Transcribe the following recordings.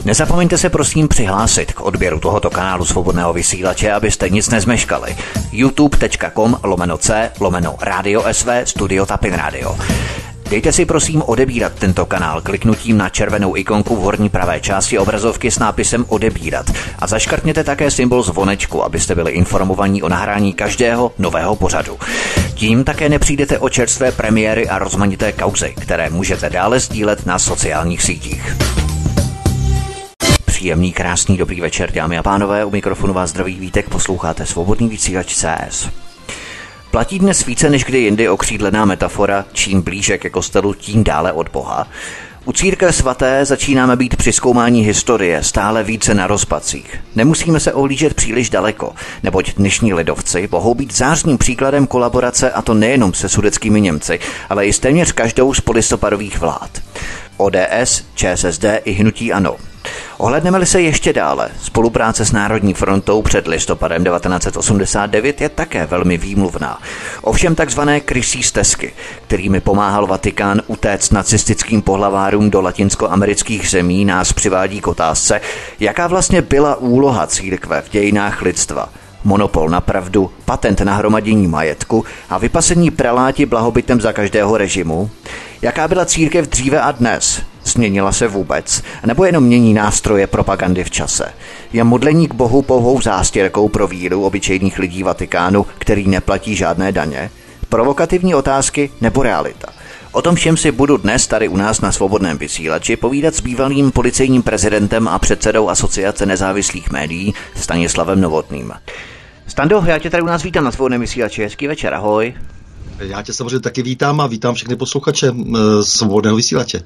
Nezapomeňte se prosím přihlásit k odběru tohoto kanálu Svobodného vysílače, abyste nic nezmeškali. youtube.com/c/Radio SV Studio Tapin Radio. Dejte si prosím odebírat tento kanál kliknutím na červenou ikonku v horní pravé části obrazovky s nápisem odebírat a zaškrtněte také symbol zvonečku, abyste byli informovaní o nahrání každého nového pořadu. Tím také nepřijdete o čerstvé premiéry a rozmanité kauzy, které můžete dále sdílet na sociálních sítích. Příjemný, krásný, dobrý večer, dámy a pánové, u mikrofonu vás zdraví Vítek, posloucháte Svobodný vysílač CS. Platí dnes více než kdy jindy okřídlená metafora, čím blíže ke kostelu, tím dále od Boha. U církve svaté začínáme být při zkoumání historie stále více na rozpacích. Nemusíme se ohlížet příliš daleko, neboť dnešní lidovci mohou být zářným příkladem kolaborace, a to nejenom se sudetskými Němci, ale i s téměř každou z polistopadových vlád. ODS, ČSSD i hnutí ANO. Ohlédneme-li se ještě dále, spolupráce s Národní frontou před listopadem 1989 je také velmi výmluvná. Ovšem takzvané krysí stezky, kterými pomáhal Vatikán utéct nacistickým pohlavárům do latinskoamerických zemí, nás přivádí k otázce, jaká vlastně byla úloha církve v dějinách lidstva. Monopol na pravdu, patent na hromadění majetku a vypasení preláti blahobytem za každého režimu? Jaká byla církev dříve a dnes? Změnila se vůbec? Nebo jenom mění nástroje propagandy v čase? Je modlení k Bohu pouhou zástěrkou pro víru obyčejných lidí Vatikánu, který neplatí žádné daně? Provokativní otázky nebo realita? O tom všem si budu dnes tady u nás na Svobodném vysílači povídat s bývalým policejním prezidentem a předsedou Asociace nezávislých médií Stanislavem Novotným. Stando, já tě tady u nás vítám na Svobodném vysílači. Hezký večer, ahoj. Já tě samozřejmě taky vítám a vítám všechny posluchače Svobodného vysílače.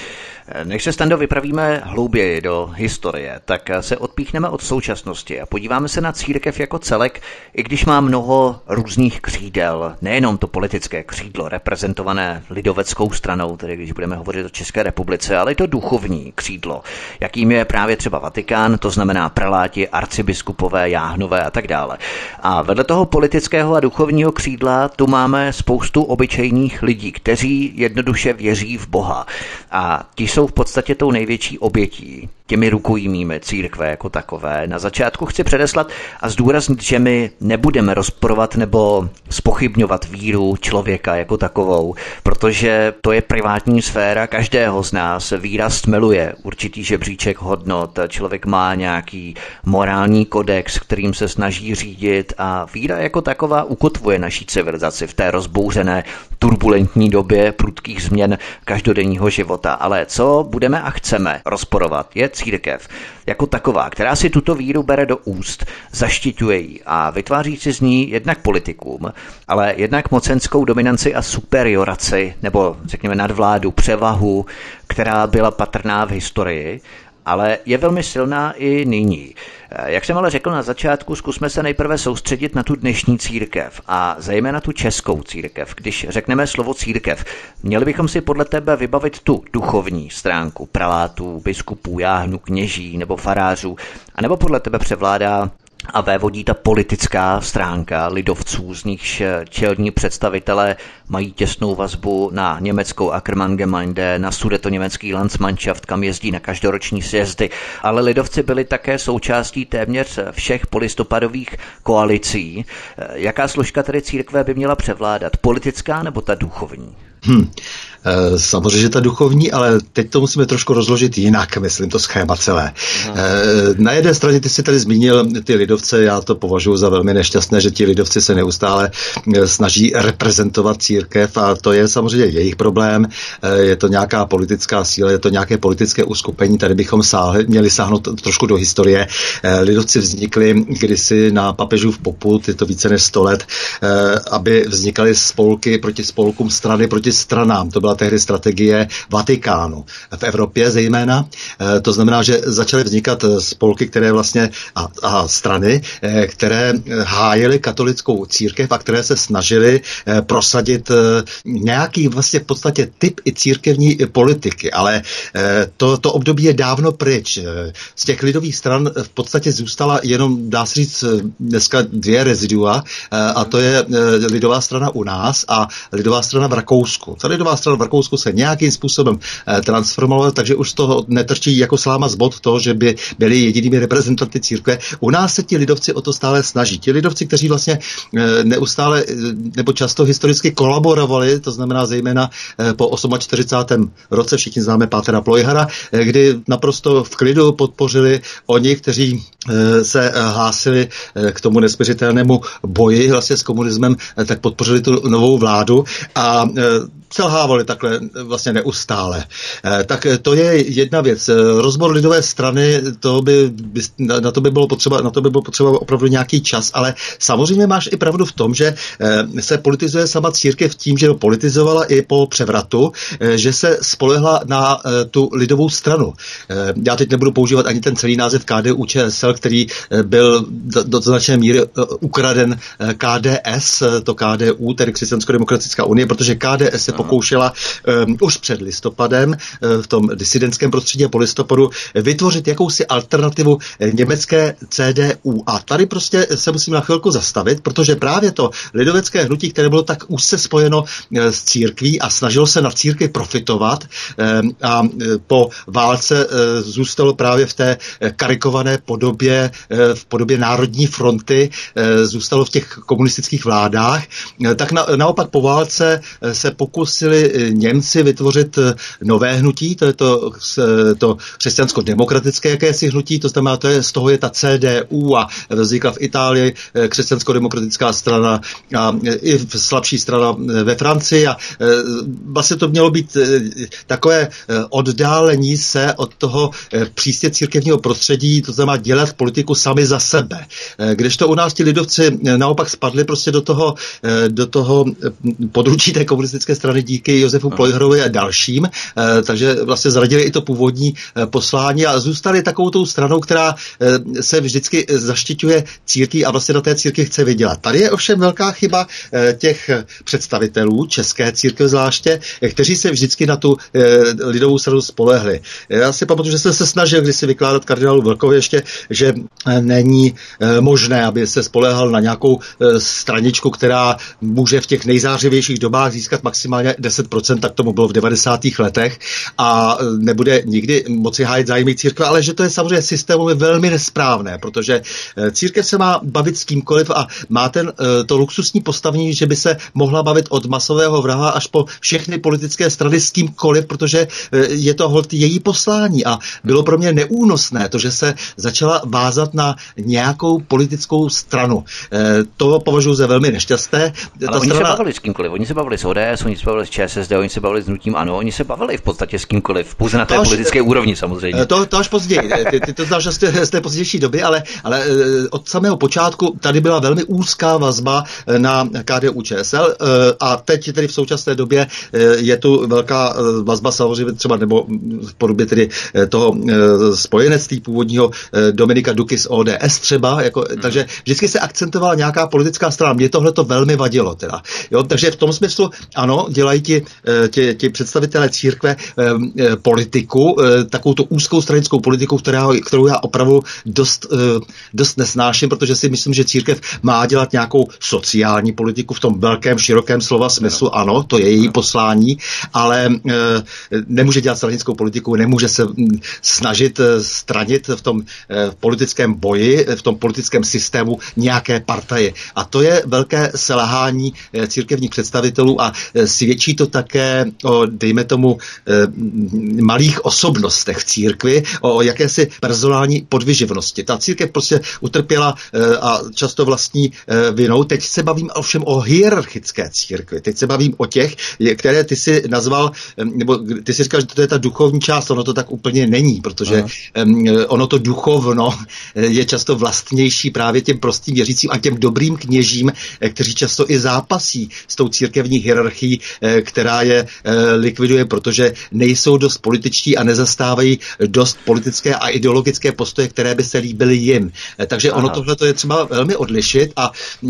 Než se, Stando, vypravíme hlouběji do historie, tak se odpíchneme od současnosti a podíváme se na církev jako celek, i když má mnoho různých křídel, nejenom to politické křídlo reprezentované lidoveckou stranou, tedy když budeme hovořit o České republice, ale i to duchovní křídlo, jakým je právě třeba Vatikán, to znamená preláti, arcibiskupové, jáhnové a tak dále. A vedle toho politického a duchovního křídla tu máme spoustu obyčejných lidí, kteří jednoduše věří v Boha. A ti jsou v podstatě tou největší obětí, těmi rukojmími církve jako takové. Na začátku chci předeslat a zdůraznit, že my nebudeme rozporovat nebo zpochybňovat víru člověka jako takovou, protože to je privátní sféra každého z nás. Víra stmeluje určitý žebříček hodnot, člověk má nějaký morální kodex, kterým se snaží řídit a víra jako taková ukotvuje naší civilizaci v té rozbouřené turbulentní době prudkých změn každodenního života. Ale co budeme a chceme rozporovat, je církev jako taková, která si tuto víru bere do úst, zaštiťuje ji a vytváří si z ní jednak politikům, ale jednak mocenskou dominanci a superioraci, nebo řekněme nadvládu, převahu, která byla patrná v historii, ale je velmi silná i nyní. Jak jsem ale řekl na začátku, zkusme se nejprve soustředit na tu dnešní církev a zejména tu českou církev. Když řekneme slovo církev, měli bychom si podle tebe vybavit tu duchovní stránku prelátů, biskupů, jáhnů, kněží nebo farářů, anebo podle tebe převládá a vévodí ta politická stránka lidovců, z nichž čelní představitelé mají těsnou vazbu na německou Akkermangemeinde, na sudetoněmecký Landsmannschaft, kam jezdí na každoroční sjezdy, ale lidovci byli také součástí téměř všech polistopadových koalicí. Jaká složka tedy církve by měla převládat, politická nebo ta duchovní? Samozřejmě, že ta duchovní, ale teď to musíme trošku rozložit jinak, myslím, to schéma celé. Na jedné straně ty jsi tady zmínil ty lidovce, já to považuji za velmi nešťastné, že ti lidovci se neustále snaží reprezentovat církev a to je samozřejmě jejich problém, je to nějaká politická síla, je to nějaké politické uskupení, tady bychom měli sáhnout trošku do historie. Lidovci vznikli kdysi na papežův popud, je to více než 100 let, aby vznikaly spolky proti spolkům, strany proti stranám. To byla tehdy strategie Vatikánu v Evropě zejména. To znamená, že začaly vznikat spolky, které vlastně a strany, které hájily katolickou církev a které se snažily prosadit nějaký vlastně v podstatě typ i církevní politiky, ale to období je dávno pryč. Z těch lidových stran v podstatě zůstala jenom, dá se říct, dneska 2 rezidua a to je lidová strana u nás a lidová strana v Rakousku. Ta lidová strana v Rakousku se nějakým způsobem transformovalo, takže už z toho netrčí jako sláma z bot to, že by byli jedinými reprezentanty církve. U nás se ti lidovci o to stále snaží. Ti lidovci, kteří vlastně neustále nebo často historicky kolaborovali, to znamená zejména po 48. roce, všichni známe Pátera Plojhara, kdy naprosto v klidu podpořili oni, kteří se hlásili k tomu nesměřitelnému boji vlastně s komunismem, tak podpořili tu novou vládu a selhávali takhle vlastně neustále. Tak to je jedna věc. Rozbor lidové strany, na to by bylo potřeba opravdu nějaký čas, ale samozřejmě máš i pravdu v tom, že se politizuje sama církev tím, že politizovala i po převratu, že se spolehla na tu lidovou stranu. Já teď nebudu používat ani ten celý název KDU-ČSL, který byl do značné míry ukraden KDS, to KDU, tedy Křesťansko-demokratická unie, protože KDS se pokoušela už před listopadem v tom disidentském prostředí a po listopadu vytvořit jakousi alternativu německé CDU. A tady prostě se musím na chvilku zastavit, protože právě to lidovecké hnutí, které bylo tak úzce spojeno s církví a snažilo se na církvi profitovat a po válce zůstalo právě v té karikované podobě, v podobě Národní fronty, zůstalo v těch komunistických vládách, tak naopak po válce se pokusili Němci vytvořit nové hnutí, to je to křesťansko-demokratické jakési hnutí, to znamená, z toho je ta CDU a vznikla v Itálii křesťansko-demokratická strana a i slabší strana ve Francii a vlastně to mělo být takové oddálení se od toho přísně církevního prostředí, to znamená dělat politiku sami za sebe. Kdežto u nás ti lidovci naopak spadli prostě do toho područí té komunistické strany díky Josefu Plojhrovi a dalším, takže vlastně zradili i to původní poslání a zůstali takovou tou stranou, která se vždycky zaštiťuje církví a vlastně na té církvi chce vydělat. Tady je ovšem velká chyba těch představitelů české církve zvláště, kteří se vždycky na tu lidovou stranu spolehli. Já si pamatuju, že jsem se snažil kdysi vykládat kardinálu Vlkovi ještě, že není možné, aby se spoléhal na nějakou straničku, která může v těch nejzářivějších dobách získat maximálně 10%, tak tomu bylo v 90. letech a nebude nikdy moci hájit zájmy církve, ale že to je samozřejmě systémově velmi nesprávné, protože církev se má bavit s kýmkoliv a má to luxusní postavení, že by se mohla bavit od masového vraha až po všechny politické strany s kýmkoliv, protože je to holt její poslání a bylo pro mě neúnosné to, že se začala vázat na nějakou politickou stranu. To považuji za velmi nešťastné. Ale oni se bavili s kýmkoliv, oni se bavili s ODS, oni se bavili s ČSSD, oni se bavili s hnutím ANO, oni se bavili v podstatě s kýmkoliv, pouze na té politické úrovni samozřejmě. To až později, ty to znáš z té pozdější doby, ale od samého počátku tady byla velmi úzká vazba na KDU-ČSL a teď tedy v současné době je tu velká vazba samozřejmě třeba nebo v podobě tedy toho spojenectví původního Dominika Duky z ODS třeba, takže vždycky se akcentovala nějaká politická strana. Mně tohle to velmi vadilo teda. Jo, takže v tom smyslu ano, dělají ti představitelé církve politiku, takovou tu úzkou stranickou politiku, kterou já opravdu dost nesnáším, protože si myslím, že církev má dělat nějakou sociální politiku v tom velkém, širokém slova smyslu. Ano, to je její poslání, ale nemůže dělat stranickou politiku, nemůže se snažit stranit v tom politickém boji, v tom politickém systému nějaké partaje. A to je velké selhání církevních představitelů a svědčí to také o, dejme tomu, malých osobnostech v církvi, o jakési personální podvyživnosti. Ta církev prostě utrpěla a často vlastní vinou. Teď se bavím ovšem o hierarchické církvi. Teď se bavím o těch, které ty si nazval, nebo ty si říkal, že to je ta duchovní část, ono to tak úplně není, protože ono to duchovno je často vlastnější právě těm prostým věřícím a těm dobrým kněžím, kteří často i zápasí s tou církevní hierarchií, která je likviduje, protože nejsou dost političtí a nezastávají dost politické a ideologické postoje, které by se líbily jim. Takže ono tohle je třeba velmi odlišit a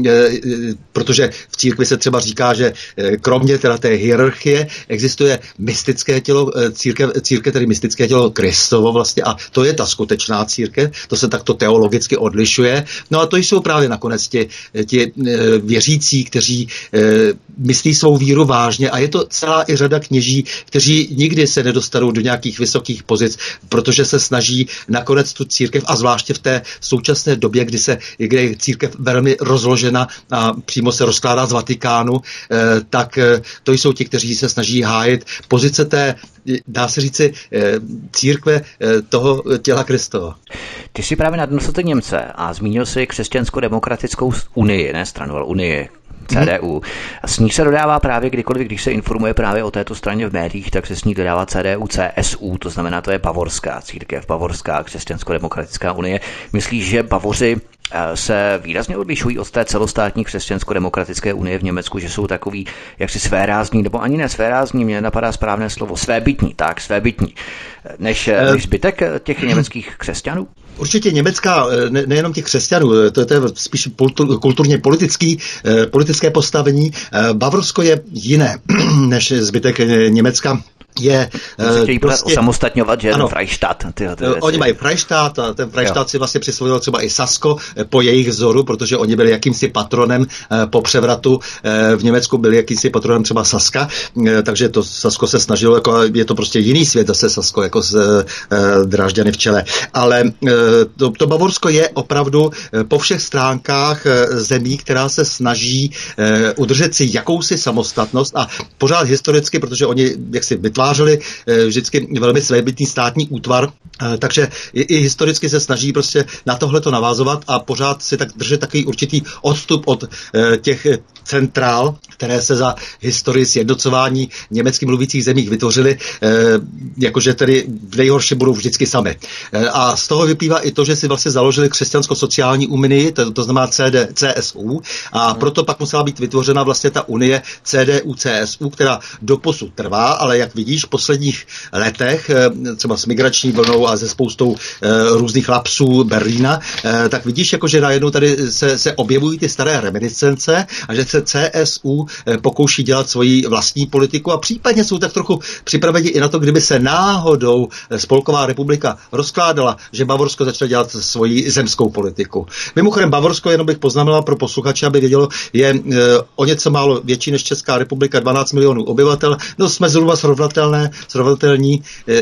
protože v církvi se třeba říká, že kromě teda té hierarchie existuje mystické tělo, církev tedy mystické tělo Kristovo vlastně a to je ta skutečná církev, to se takto teologicky odlišuje. No a to jsou právě nakonec ti věřící, kteří myslí svou víru vážně vážně a je to celá i řada kněží, kteří nikdy se nedostanou do nějakých vysokých pozic, protože se snaží nakonec tu církev a zvláště v té současné době, kde je církev velmi rozložena a přímo se rozkládá z Vatikánu, tak to jsou ti, kteří se snaží hájit pozice té, dá se říci, církve toho těla Kristova. Ty jsi právě nadnesl ty Němce a zmínil si křesťansko-demokratickou unii, ne stranu, ale unii. CDU. S ní se dodává právě kdykoliv, když se informuje právě o této straně v médiích, tak se s ní dodává CDU, CSU, to znamená, to je bavorská církev, bavorská křesťansko-demokratická unie. Myslíš, že Bavoři se výrazně odlišují od té celostátní křesťansko-demokratické unie v Německu, že jsou takový jaksi svérázní, nebo ani ne svérázní, mě napadá správné slovo, svébytní, než zbytek těch německých křesťanů? Určitě německá, nejenom těch křesťanů, to je spíš kulturně politické postavení. Bavorsko je jiné než zbytek Německa. Chtějí prostě osamostatňovat, že ano, Freistaat. Oni mají Freistaat a ten Freistaat si vlastně přisvojil třeba i Sasko po jejich vzoru, protože oni byli jakýmsi patronem po převratu. V Německu byli jakýmsi patronem třeba Saska, takže to Sasko se snažilo, jako je to prostě jiný svět zase Sasko, jako z Drážďany v čele. Ale to Bavorsko je opravdu po všech stránkách zemí, která se snaží udržet si jakousi samostatnost a pořád historicky, protože oni jaksi vytvářeli vždycky velmi svébytný státní útvar, takže i historicky se snaží prostě na tohleto navázovat a pořád si tak držet takový určitý odstup od těch centrál, které se za historii sjednocování německy mluvících zemích vytvořily, jakože tedy v nejhorším budou vždycky sami. A z toho vyplývá i to, že si vlastně založili křesťansko-sociální unii, to znamená CSU, a proto pak musela být vytvořena vlastně ta unie CDU-CSU, která doposud trvá, ale jak vidíš, v posledních letech, třeba s migrační vlnou a se spoustou různých lapsů Berlína, tak vidíš, jako, že najednou tady se objevují ty staré reminiscence a že se CSU pokouší dělat svoji vlastní politiku a případně jsou tak trochu připraveni i na to, kdyby se náhodou Spolková republika rozkládala, že Bavorsko začne dělat svoji zemskou politiku. Mimochodem Bavorsko, jenom bych poznamenal pro posluchače, aby vědělo, je o něco málo větší než Česká republika, 12 milionů obyvatel, no jsme zhruba srovnatelní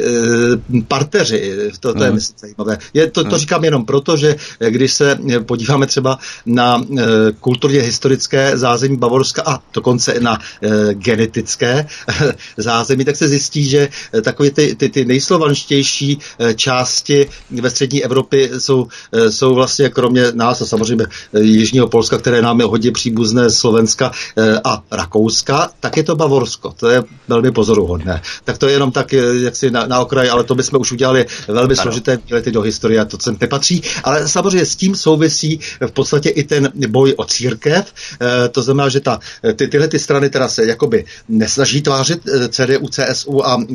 parteři. To je myslím zajímavé. To říkám jenom proto, že když se podíváme třeba na kulturně historické zázemí Bavorska a dokonce na genetické zázemí, tak se zjistí, že takové ty nejslovanštější části ve střední Evropy jsou vlastně kromě nás a samozřejmě jižního Polska, které nám je hodně příbuzné, Slovenska a Rakouska, tak je to Bavorsko. To je velmi pozoruhodné. Tak to je jenom tak jaksi na okraj, ale to bychom už udělali velmi složité výlety do historie a to sem nepatří. Ale samozřejmě s tím souvisí v podstatě i ten boj o církev. To znamená, že tyhle strany teda se jakoby nesnaží tvářit CDU, CSU a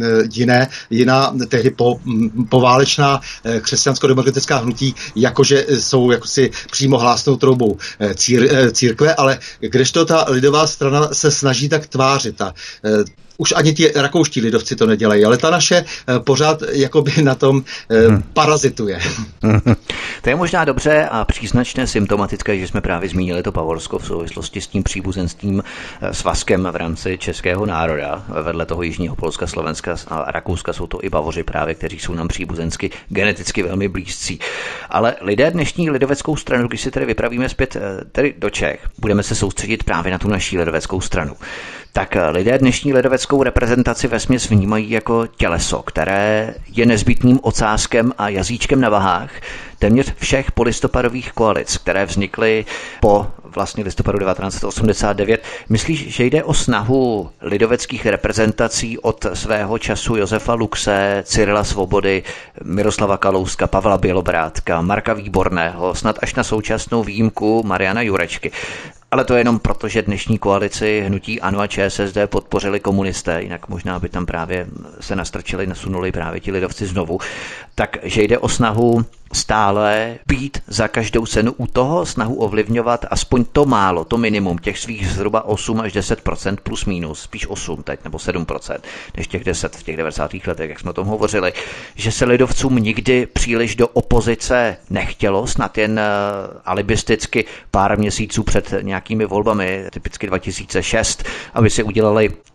jiná tehdy poválečná křesťansko-demokratická hnutí, jakože jsou jakosi přímo hlásnou troubou církve, ale kdežto ta lidová strana se snaží tak tvářit. Už ani ti rakouští lidovci to nedělají, ale ta naše pořád jakoby na tom parazituje. To je možná dobře a příznačné symptomatické, že jsme právě zmínili to Bavorsko v souvislosti s tím příbuzenským svazkem v rámci českého národa. Vedle toho jižního Polska, Slovenska a Rakouska jsou to i Bavoři právě, kteří jsou nám příbuzensky geneticky velmi blízcí. Ale lidé dnešní lidoveckou stranu, když si tedy vypravíme zpět tedy do Čech, budeme se soustředit právě na tu naší lidoveckou stranu. Tak lidé dnešní lidoveckou reprezentaci vesměs vnímají jako těleso, které je nezbytným ocáskem a jazyčkem na vahách téměř všech polistopadových koalic, které vznikly po vlastně listopadu 1989. Myslíš, že jde o snahu lidoveckých reprezentací od svého času Josefa Luxe, Cyrila Svobody, Miroslava Kalouska, Pavla Bělobrádka, Marka Výborného, snad až na současnou výjimku Mariana Jurečky? Ale to je jenom proto, že dnešní koalici hnutí ANO a ČSSD podpořili komunisté, jinak možná by tam právě se nastrčili, nasunuli právě ti lidovci znovu. Takže jde o snahu stále být za každou cenu u toho, snahu ovlivňovat aspoň to málo, to minimum, těch svých zhruba 8 až 10% plus minus, spíš 8 teď, nebo 7%, než těch 10 v těch 90. letech, jak jsme o tom hovořili, že se lidovcům nikdy příliš do opozice nechtělo, snad jen alibisticky pár měsíců před nějakými volbami, typicky 2006, aby si udělali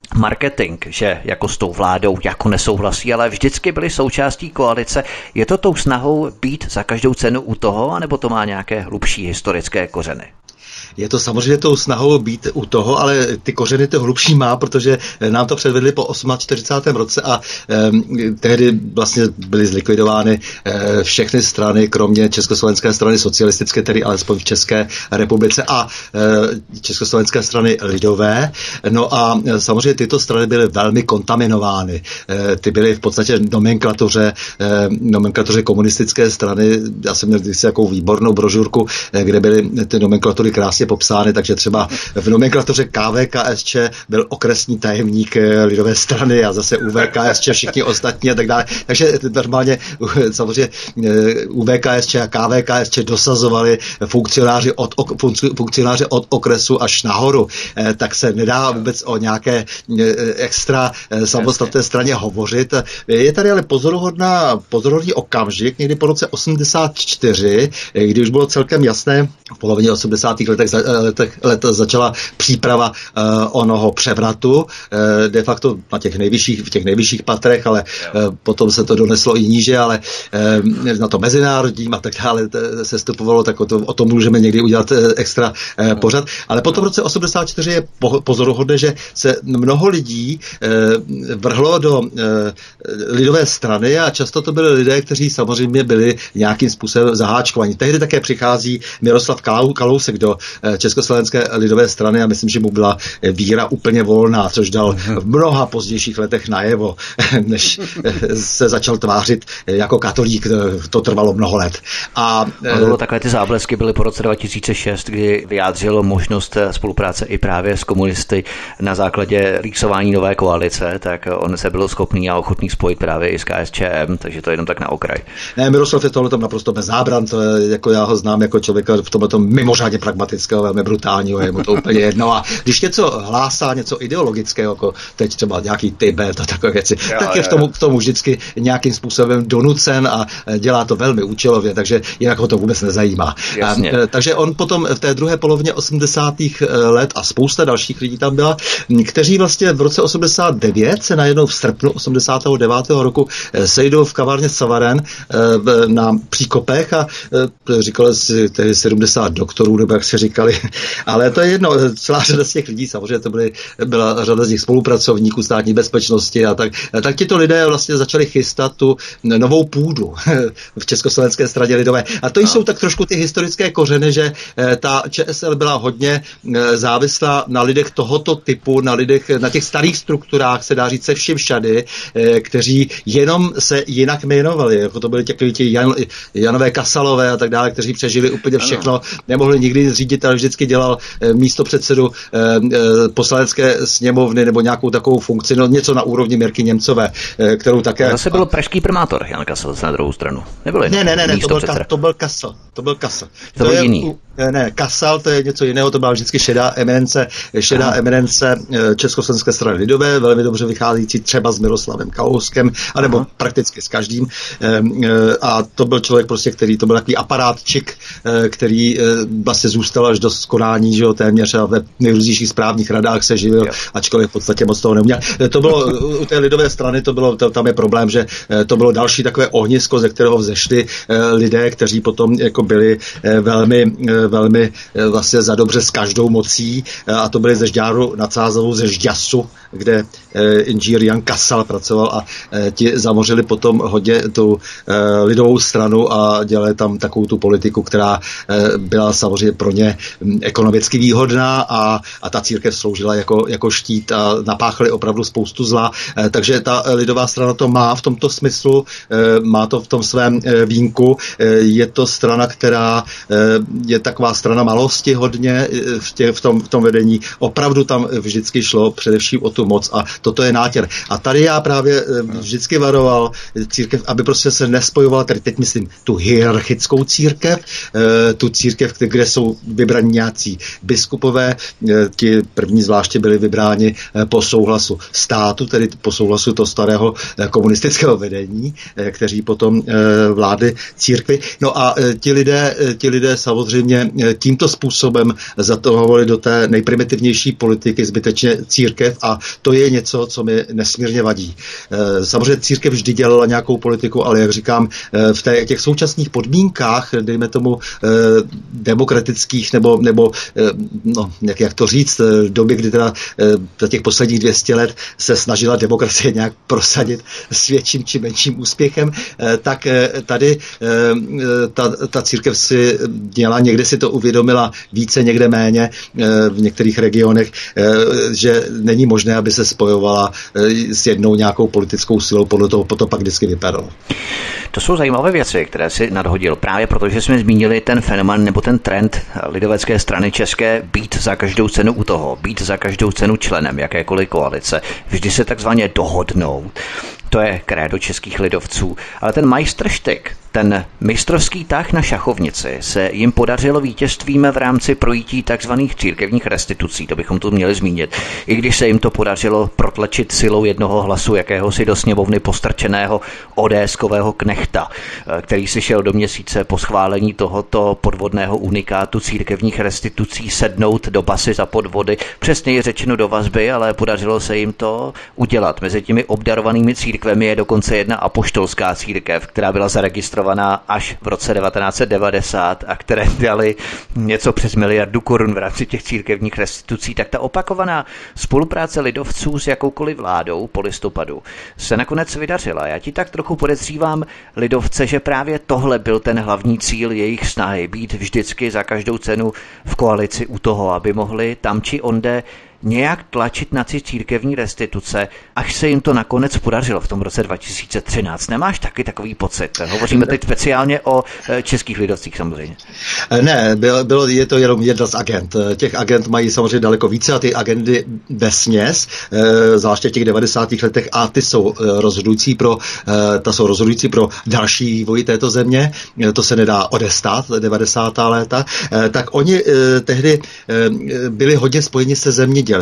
marketing, že jako s tou vládou jako nesouhlasí, ale vždycky byli součástí koalice. Je to tou snahou být za každou cenu u toho, anebo to má nějaké hlubší historické kořeny? Je to samozřejmě tou snahou být u toho, ale ty kořeny to hlubší má, protože nám to předvedli po 48. roce a tehdy vlastně byly zlikvidovány všechny strany, kromě Československé strany socialistické, tedy alespoň v České republice, a Československé strany lidové. No a samozřejmě tyto strany byly velmi kontaminovány. Ty byly v podstatě nomenklatuře komunistické strany. Já jsem měl kdysi takovou výbornou brožurku, kde byly ty nomenklatury krásně popsány, takže třeba v nomenklatuře KVKSČ byl okresní tajemník lidové strany a zase UVKSČ všichni ostatní a tak dále. Takže normálně samozřejmě UVKSČ a KVKSČ dosazovali funkcionáře od okresu až nahoru. Tak se nedá vůbec o nějaké extra samostatné straně hovořit. Je tady ale pozoruhodný okamžik, někdy po roce 84, kdy už bylo celkem jasné, v polovině 80. letech začala příprava onoho převratu, de facto v těch nejvyšších patrech, ale potom se to doneslo i níže, ale na to mezinárodním a tak dále se stupovalo, tak o tom můžeme někdy udělat extra pořad. Ale potom v roce 84 je pozoruhodné, že se mnoho lidí vrhlo do lidové strany a často to byli lidé, kteří samozřejmě byli nějakým způsobem zaháčkovaní. Tehdy také přichází Miroslav Kalousek do Československé lidové strany a myslím, že mu byla víra úplně volná, což dal v mnoha pozdějších letech najevo, než se začal tvářit jako katolík. To trvalo mnoho let. A takové ty záblesky byly po roce 2006, kdy vyjádřilo možnost spolupráce i právě s komunisty na základě rýsování nové koalice, tak on se byl schopný a ochotný spojit právě i s KSČM, takže to je jenom tak na okraj. Ne, Miroslav je tohle tam naprosto bez zábran, to je, jako já ho znám jako člověka v tomto mimořádně pragmatického, velmi brutálního, je mu to úplně jedno. A když něco hlásá, něco ideologického, jako teď třeba nějaký Tibet a takové věci, tak je v tomu vždycky nějakým způsobem donucen a dělá to velmi účelově, takže jinak ho to vůbec nezajímá. Takže on potom v té druhé polovině 80. let a spousta dalších lidí tam byla, kteří vlastně v roce 89 se najednou v srpnu 89. roku sejdou v kavárně Savaren na Příkopech a říkali si tehdy 70 doktorů, nebo jak se říkali, ale to je jedno, celá řada z těch lidí, samozřejmě to byla řada z nich spolupracovníků státní bezpečnosti a tak tito lidé vlastně začali chystat tu novou půdu v Československé straně lidové. A to jsou tak trošku ty historické kořeny, že ta ČSL byla hodně závislá na lidech tohoto typu, na těch starých strukturách, se dá říct se vším všady, kteří jenom se jinak jmenovali, jako to byli ti Janové Kasalové a tak dále, kteří přežili úplně všechno, nemohli nikdy zřídit, ale vždycky dělal místopředsedu poslanecké sněmovny nebo nějakou takovou funkci, no něco na úrovni Mirky Němcové, kterou také... Zase byl pražský primátor Jan Kasal na druhou stranu. Ne, to byl Kasal. To byl jiný. Ne, Kasal, to je něco jiného, to byla vždycky šedá eminence Československé strany lidové, velmi dobře vycházející třeba s Miroslavem Kalouskem, anebo prakticky s každým. A to byl člověk prostě, který to byl takový aparátčik, který vlastně zůstal až do skonání, že jo, téměř a ve nejrůznějších správních radách se živil, ačkoliv v podstatě moc toho neuměl. To bylo u té lidové strany, tam je problém, že to bylo další takové ohnisko, ze kterého vzešli lidé, kteří potom jako byli velmi vlastně za dobře s každou mocí, a to byli ze Žďáru nad Sázavou, ze Žďasu, kde inženýr Jan Kasal pracoval a ti zamořili potom hodně tu lidovou stranu a dělali tam takovou tu politiku, která byla samozřejmě pro ně ekonomicky výhodná a ta církev sloužila jako štít a napáchali opravdu spoustu zla. Takže ta lidová strana to má v tomto smyslu, má to v tom svém vínku. Je to strana, která je taková strana malosti hodně v tom vedení. Opravdu tam vždycky šlo především o tu moc a toto je nátěr. A tady já právě vždycky varoval církev, aby prostě se nespojovala, tady teď myslím tu hierarchickou církev, tu církev, kde jsou vybraní nějací biskupové, ti první zvláště byli vybráni po souhlasu státu, tedy po souhlasu toho starého komunistického vedení, kteří potom vládli církvi. No a ti lidé samozřejmě tímto způsobem zatahovali do té nejprimitivnější politiky zbytečně církev a to je něco, co mi nesmírně vadí. Samozřejmě církev vždy dělala nějakou politiku, ale jak říkám, v těch současných podmínkách, dejme tomu demokratických, nebo jak to říct, v době, kdy teda za těch posledních 200 let se snažila demokracie nějak prosadit s větším či menším úspěchem, tak tady ta církev si měla, někde si to uvědomila více, někde méně v některých regionech, že není možné, aby se spojovala s jednou nějakou politickou silou, podle toho potom pak vždycky vypadalo. To jsou zajímavé věci, které si nadhodil. Právě protože jsme zmínili ten fenomén nebo ten trend lidovecké strany české být za každou cenu u toho, být za každou cenu členem jakékoliv koalice, vždy se takzvaně dohodnout. To je krédo českých lidovců. Ale ten majstrštyk, ten mistrovský tah na šachovnici se jim podařilo vítězstvím v rámci projítí takzvaných církevních restitucí, to bychom tu měli zmínit. I když se jim to podařilo protlačit silou jednoho hlasu jakéhosi do sněmovny postrčeného ODS-kového knechta, který si šel do měsíce po schválení tohoto podvodného unikátu církevních restitucí sednout do basy za podvody, přesněji řečeno do vazby, ale podařilo se jim to udělat. Mezi těmi obdarovanými církvemi je dokonce jedna apoštolská církev, která byla zaregistrovaná až v roce 1990 a které dali něco přes 1 miliardu korun v rámci těch církevních restitucí, tak ta opakovaná spolupráce lidovců s jakoukoliv vládou po listopadu se nakonec vydařila. Já ti tak trochu podezřívám lidovce, že právě tohle byl ten hlavní cíl jejich snahy, být vždycky za každou cenu v koalici u toho, aby mohli tam či onde nějak tlačit na církevní restituce, až se jim to nakonec podařilo v tom roce 2013. Nemáš taky takový pocit? Hovoříme teď speciálně o českých lidovcích samozřejmě. Ne, je to jenom jedna z agent. Těch agent mají samozřejmě daleko více a ty agendy vesměs, zvláště v těch 90. letech, a ty jsou rozhodující pro další vývoj této země. To se nedá odestát, 90. léta. Tak oni tehdy byli hodně spojeni se zemědělstvím.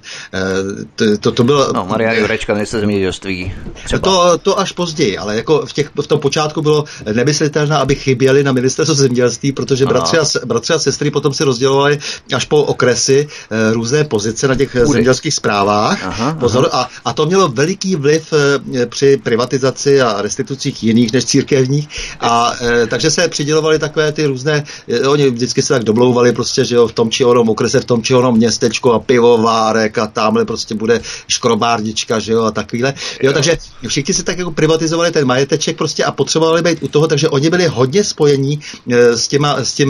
To bylo... No, Marian Jurečka, ministr zemědělství. To až později, ale jako v tom počátku bylo nemyslitelné, aby chyběli na ministerstvu zemědělství, protože bratři a sestry potom si rozdělovali až po okresy různé pozice na těch zemědělských správách. A to mělo veliký vliv při privatizaci a restitucích jiných než církevních. Takže se přidělovali takové ty různé, oni vždycky se tak domlouvali prostě, že jo, v tom či onom okrese, v tom či onom městečko a pivovárek a tamhle prostě bude škrobárnička, že jo, a takovýhle. Jo, takže všichni si tak jako privatizovali ten majeteček prostě a potřebovali být u toho, takže oni byli hodně spojení s tím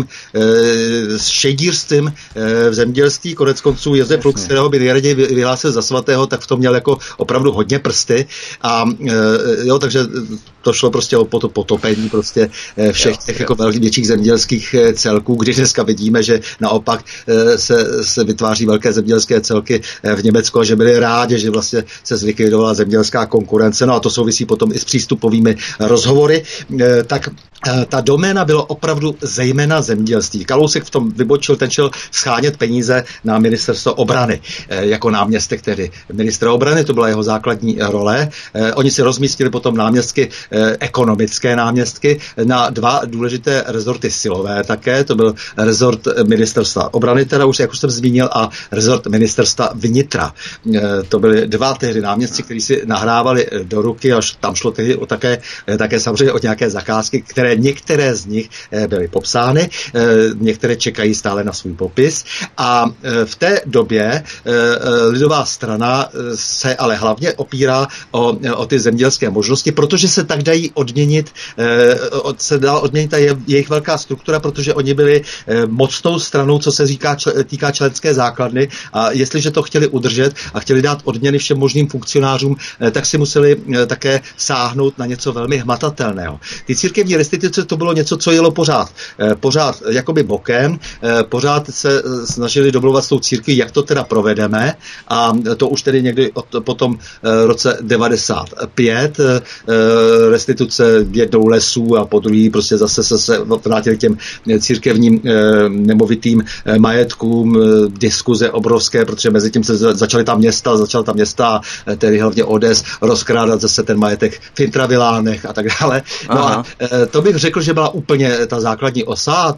šejdírstvím v zemědělství. Konec konců Josef Lux, kterého by nejraději vyhlásil za svatého, tak v tom měl jako opravdu hodně prsty a jo, takže to šlo prostě o potopení prostě všech těch jako větších zemědělských celků, když dneska vidíme, že naopak se vytváří velké zemědělské celky v Německu a že byli rádi, že vlastně se zlikvidovala zemědělská konkurence. No a to souvisí potom i s přístupovými rozhovory. Tak ta doména byla opravdu zejména zemědělství. Kalousek v tom vybočil, ten šel schánět peníze na ministerstvo obrany jako náměstek, tedy ministra obrany, to byla jeho základní role. Oni si rozmístili potom náměstky, ekonomické náměstky na dva důležité rezorty silové také. To byl rezort ministerstva obrany, teda už, jak už jsem zmínil, a rezort ministerstva vnitra. To byly dva tehdy náměstci, kteří si nahrávali do ruky, až tam šlo tehdy také samozřejmě o nějaké zakázky, které některé z nich byly popsány, některé čekají stále na svůj popis. A v té době lidová strana se ale hlavně opírá o ty zemědělské možnosti, protože se tak dají odměnit, se dá odměnit ta jejich velká struktura, protože oni byli mocnou stranou, co se týká členské základny, a jestliže to chtěli udržet a chtěli dát odměny všem možným funkcionářům, tak si museli také sáhnout na něco velmi hmatatelného. Ty církevní restituce to bylo něco, co jelo pořád jakoby bokem, pořád se snažili domlouvat s tou církví, jak to teda provedeme, a to už tedy někdy po tom roce 95 restituce jednou lesů a po druhý prostě zase se vrátili těm církevním nemovitým majetkům, diskuze obrovské, protože mezi tím se začala ta města, tedy hlavně ODS, rozkrádat zase ten majetek v intravilánech a tak dále. No a to bych bych řekl, že byla úplně ta základní osa a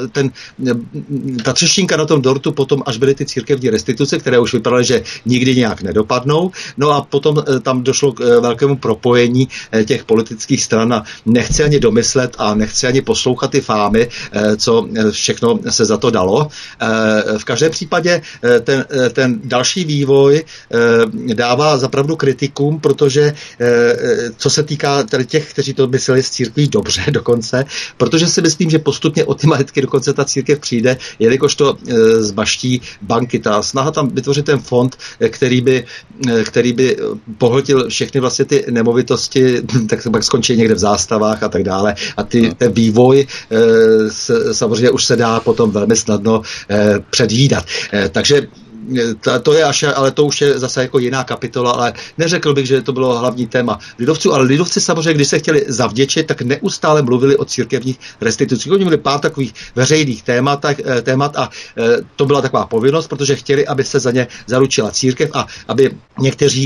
ta třešínka na tom dortu potom, až byly ty církevní restituce, které už vypadaly, že nikdy nějak nedopadnou. No a potom tam došlo k velkému propojení těch politických stran a nechci ani domyslet a nechci ani poslouchat ty fámy, co všechno se za to dalo. V každém případě ten další vývoj dává zapravdu kritikům, protože co se týká tady těch, kteří to mysleli z církví dobře dokonce, protože si myslím, že postupně o ty majetky dokonce ta církev přijde, jelikož to zbaští banky. Ta snaha tam vytvořit ten fond, který by pohltil všechny vlastně ty nemovitosti, tak pak skončí někde v zástavách a tak dále. A ten vývoj samozřejmě už se dá potom velmi snadno předvídat. Takže to je ale to už je zase jako jiná kapitola, ale neřekl bych, že to bylo hlavní téma lidovců, ale lidovci samozřejmě, když se chtěli zavděčit, tak neustále mluvili o církevních restitucích. Oni měli pár takových veřejných témat a to byla taková povinnost, protože chtěli, aby se za ně zaručila církev a aby někteří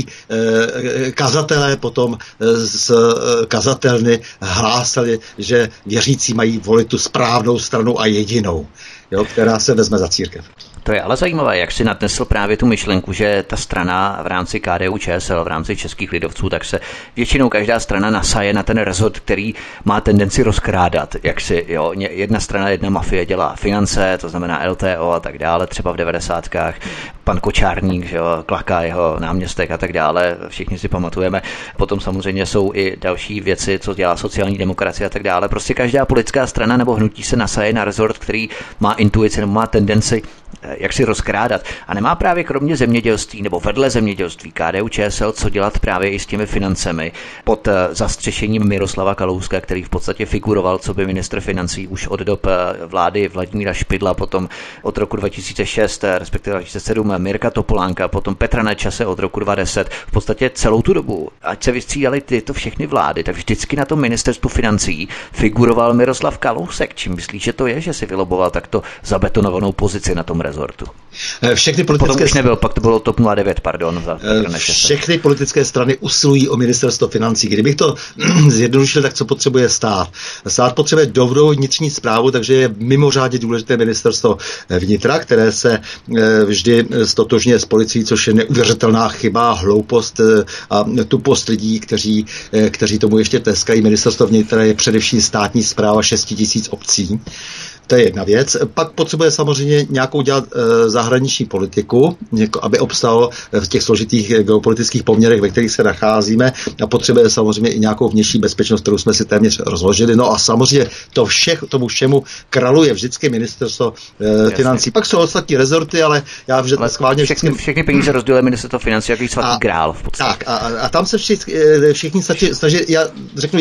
kazatelé potom z kazatelny hlásali, že věřící mají volit tu správnou stranu a jedinou, která se vezme za církev. To je ale zajímavé, jak si nadnesl právě tu myšlenku, že ta strana v rámci KDU-ČSL, v rámci českých lidovců, tak se většinou každá strana nasaje na ten rezort, který má tendenci rozkrádat. Jak si, jedna strana, jedna mafie dělá finance, to znamená LTO a tak dále, třeba v 90kách. Pan Kočárník, Klaka, jeho náměstek a tak dále, všichni si pamatujeme. Potom samozřejmě jsou i další věci, co dělá sociální demokracie a tak dále. Prostě každá politická strana nebo hnutí se nasaje na rezort, který má intuici nebo má tendenci jak si rozkrádat. A nemá právě kromě zemědělství nebo vedle zemědělství KDU-ČSL co dělat právě i s těmi financemi pod zastřešením Miroslava Kalouska, který v podstatě figuroval co by ministr financí už od dob vlády Vladimíra Špidla, potom od roku 2006, respektive 2007 Mirka Topolánka, potom Petra Nečase od roku 2010, v podstatě celou tu dobu, ať se vystřídaly tyto všechny vlády, tak vždycky na tom ministerstvu financí figuroval Miroslav Kalousek. Čím myslíš, že to je, že si vyloboval takto zabetonovanou pozici na tom rezortu? Všechny politické Potom už nebyl, pak to bylo TOP 09, pardon. Všechny politické strany usilují o ministerstvo financí. Kdybych to zjednodušil, tak co potřebuje stát? Stát potřebuje dobrou vnitřní správu, takže je mimořádně důležité ministerstvo vnitra, které se vždy stotožňuje s policií, což je neuvěřitelná chyba, hloupost a tupost lidí, kteří tomu ještě tleskají. Ministerstvo vnitra je především státní správa 6 000 obcí. To je jedna věc. Pak potřebuje samozřejmě nějakou dělat zahraniční politiku, aby obstalo v těch složitých geopolitických poměrech, ve kterých se nacházíme, a potřebuje samozřejmě i nějakou vnější bezpečnost, kterou jsme si téměř rozložili. No a samozřejmě tomu všemu kraluje vždycky ministerstvo financí. Pak jsou ostatní rezorty, ale já schválně všechny peníze rozděluje ministerstvo financí, jaký svatý grál v podstatě. Tak a tam se všichni snaží, já řeknu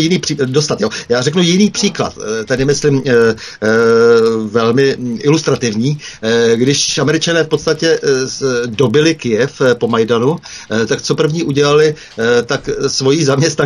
jiný příklad. Tady myslím velmi ilustrativní. Když Američané v podstatě dobili Kyjev po Majdanu, tak co první udělali, tak svoji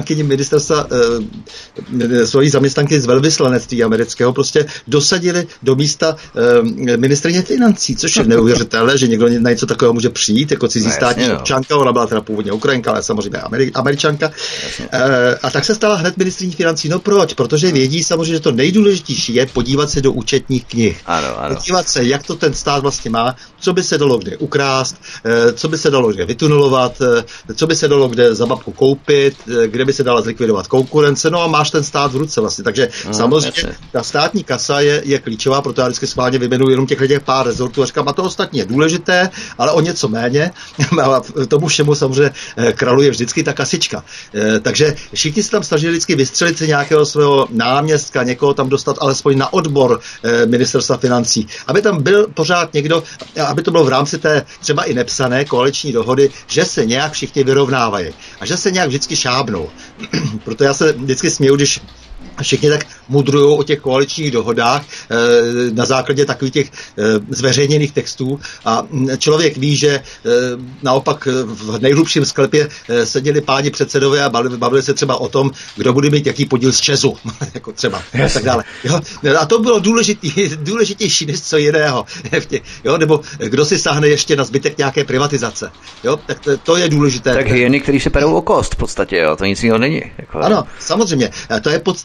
zaměstnanky z velvyslanectví amerického prostě dosadili do místa ministryně financí, což je neuvěřitelné, že někdo na něco takového může přijít, jako cizí státní občanka, ona byla teda původně Ukrajinka, ale samozřejmě Američanka. A tak se stala hned ministryní financí. No proč? Protože vědí samozřejmě, že to nejdůležitější je podívat se do účetních knih. Ano. Podívat se, jak to ten stát vlastně má, co by se dalo kde ukrást, co by se dalo kde vytunelovat, co by se dalo kde za babku koupit, kde by se dala zlikvidovat konkurence, no a máš ten stát v ruce vlastně. Takže samozřejmě ta státní kasa je klíčová, proto já vždycky schválně vyjmenuji jenom těch pár rezortů a říkám, a to ostatní je důležité, ale o něco méně. A tomu všemu samozřejmě kraluje vždycky ta kasička. Takže všichni se tam snažili vždycky vystřelit si nějakého svého náměstka, někoho tam dostat alespoň na odbor ministerstva financí, aby tam byl pořád někdo, aby to bylo v rámci té třeba i nepsané koaliční dohody, že se nějak všichni vyrovnávají a že se nějak vždycky šábnou. Proto já se vždycky směju, když všichni tak mudrujou o těch koaličních dohodách na základě takových těch zveřejněných textů a člověk ví, že naopak v nejhlubším sklepě seděli páni předsedové a bavili se třeba o tom, kdo bude mít jaký podíl z ČEZu, jako třeba a tak dále. Jo? A to bylo důležitější než co jiného. Jo? Nebo kdo si sáhne ještě na zbytek nějaké privatizace. Jo? Tak to je důležité. Tak hyeny, který se perou o kost v podstatě, jo? To nic jiného není. Ano, samozřejmě. To je podstatné.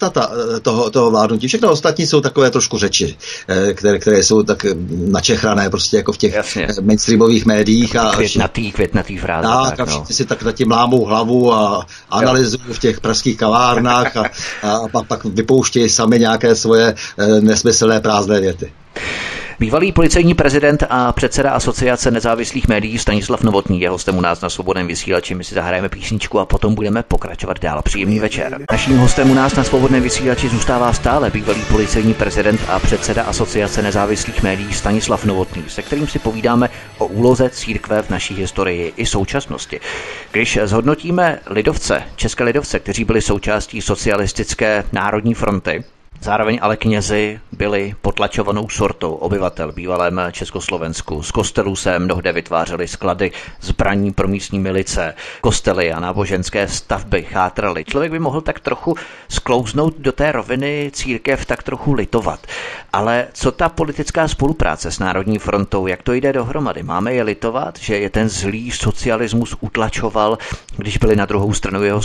podstata toho vládnutí. Všechno ostatní jsou takové trošku řeči, které jsou tak načehrané prostě jako v těch mainstreamových médiích. A květnatý fráze. A všichni si tak nad tím lámou hlavu a analyzují v těch pražských kavárnách a pak vypouštějí sami nějaké svoje nesmyslné prázdné věty. Bývalý policejní prezident a předseda Asociace nezávislých médií Stanislav Novotný je hostem u nás na Svobodném vysílači. My si zahrajeme písničku a potom budeme pokračovat dál. Příjemný večer. Naším hostem u nás na Svobodném vysílači zůstává stále bývalý policejní prezident a předseda Asociace nezávislých médií Stanislav Novotný, se kterým si povídáme o úloze církve v naší historii i současnosti. Když zhodnotíme lidovce, české lidovce, kteří byli součástí socialistické národní fronty, zároveň ale knězi byli potlačovanou sortou obyvatel bývalém Československu. Z kostelů se mnohde vytvářely sklady zbraní pro místní milice, kostely a náboženské stavby chátraly. Člověk by mohl tak trochu sklouznout do té roviny církev tak trochu litovat. Ale co ta politická spolupráce s Národní frontou, jak to jde dohromady? Máme je litovat, že je ten zlý socialismus utlačoval, když byli na druhou stranu jeho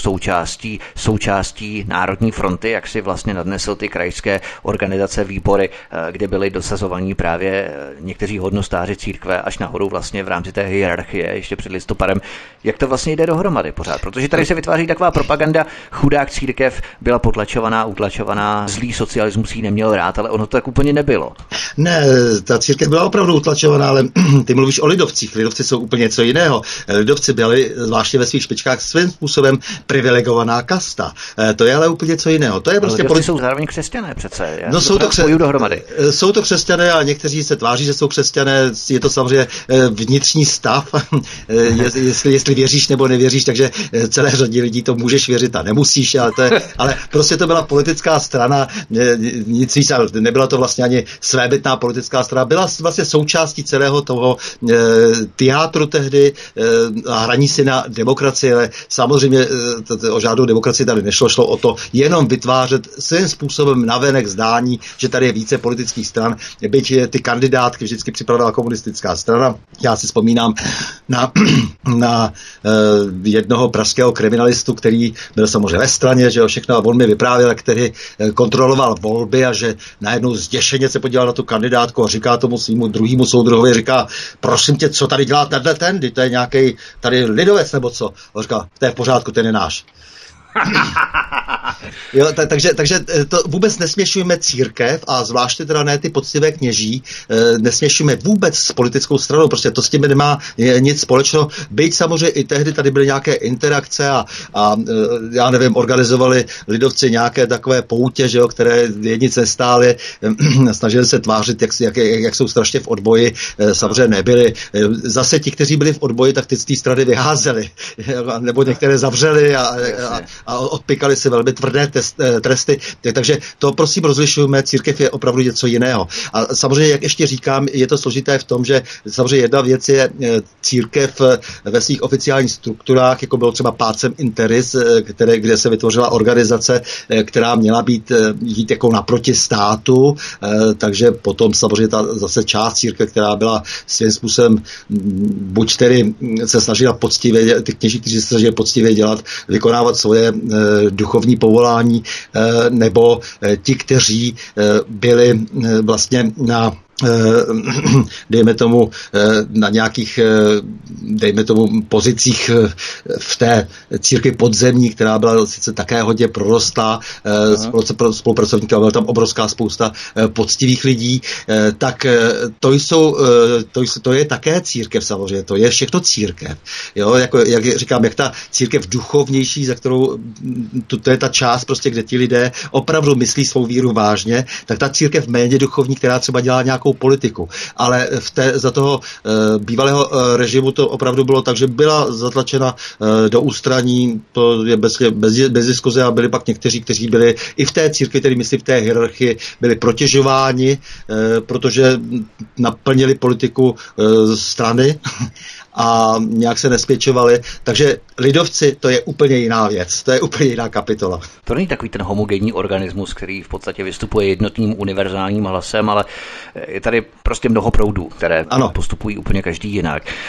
součástí Národní fronty, jak si vlastně nadnesl ty krajské organizace, výbory, kde byli dosazovaní právě někteří hodnostáři církve až nahoru vlastně v rámci té hierarchie ještě před listopadem. Jak to vlastně jde dohromady pořád? Protože tady se vytváří taková propaganda, chudák církev byla potlačovaná, utlačovaná, zlý socialismus jí neměl rád, ale ono to tak úplně nebylo. Ne, ta církev byla opravdu utlačovaná, ale ty mluvíš o lidovcích. Lidovci jsou úplně něco jiného. Lidovci byli zvláště ve svých špičkách svým způsobem privilegovaná kasta. To je ale úplně něco jiného. To je prostě jsou zároveň křesťané přece. No, jsou to křesťané a někteří se tváří, že jsou křesťané. Je to samozřejmě vnitřní stav, jestli věříš nebo nevěříš, takže celé řadě lidí to můžeš věřit a nemusíš, ale prostě to byla politická strana, nic víc, nebyla to vlastně ani svébytná politická strana, byla vlastně součástí celého toho teátru tehdy a hraní si na demokracii, ale samozřejmě o žádnou demokracii tady nešlo, šlo o to jenom vytvářet svým způsobem navenek zdání, že tady je více politických stran, byť ty kandidátky vždycky připravila komunistická strana. Já si vzpomínám na jednoho pražského kriminalistu, který byl samozřejmě ve straně, že jo, všechno, a on mi vyprávěl, který kontroloval volby a že najednou zděšeně se podíval na tu kandidátku a říká tomu svýmu druhému soudruhovi, říká, prosím tě, co tady dělá ten, to je nějaký tady lidovec nebo co? On říká, to je v pořádku, ten je náš. Jo, takže to vůbec nesměšujeme církev a zvláště teda ne ty poctivé kněží, nesměšujeme vůbec s politickou stranou, prostě to s tím nemá nic společného. Byť samozřejmě i tehdy tady byly nějaké interakce a já nevím, organizovali lidovci nějaké takové poutě, že jo, které nic nestály, snažili se tvářit, jak jsou strašně v odboji, samozřejmě nebyli. Zase ti, kteří byli v odboji, tak ty z té strany vyházeli, nebo některé zavřeli a odpykali si velmi tvrdé tresty. Takže to prosím rozlišujeme, církev je opravdu něco jiného. A samozřejmě, jak ještě říkám, je to složité v tom, že samozřejmě jedna věc je církev ve svých oficiálních strukturách, jako bylo třeba Pacem Interis, kde se vytvořila organizace, která měla jít jako naproti státu, takže potom samozřejmě ta zase část církve, která byla svým způsobem buď tedy se snažila poctivě, ty kněží, kteří se snažili poctivě dělat, vykonávat svoje duchovní povolání, nebo ti, kteří byli vlastně dejme tomu na nějakých, dejme tomu pozicích v té církvi podzemní, která byla sice také hodně prorostlá, spolupracovníků, byla tam obrovská spousta poctivých lidí, tak to je také církev samozřejmě, to je všechno církev. Jo, jak říkám, jak ta církev duchovnější, za kterou to je ta část prostě, kde ti lidé opravdu myslí svou víru vážně, tak ta církev méně duchovní, která třeba dělá nějakou politiku. Ale za toho bývalého režimu to opravdu bylo tak, že byla zatlačena do ústraní, to je bez diskuze, a byli pak někteří, kteří byli i v té církvi, tedy myslí v té hierarchii, byli protěžováni, protože naplnili politiku strany a nějak se nespěčovali. Takže lidovci, to je úplně jiná věc, to je úplně jiná kapitola. To není takový ten homogenní organismus, který v podstatě vystupuje jednotným univerzálním hlasem, ale je tady prostě mnoho proudů, které postupují úplně každý jinak.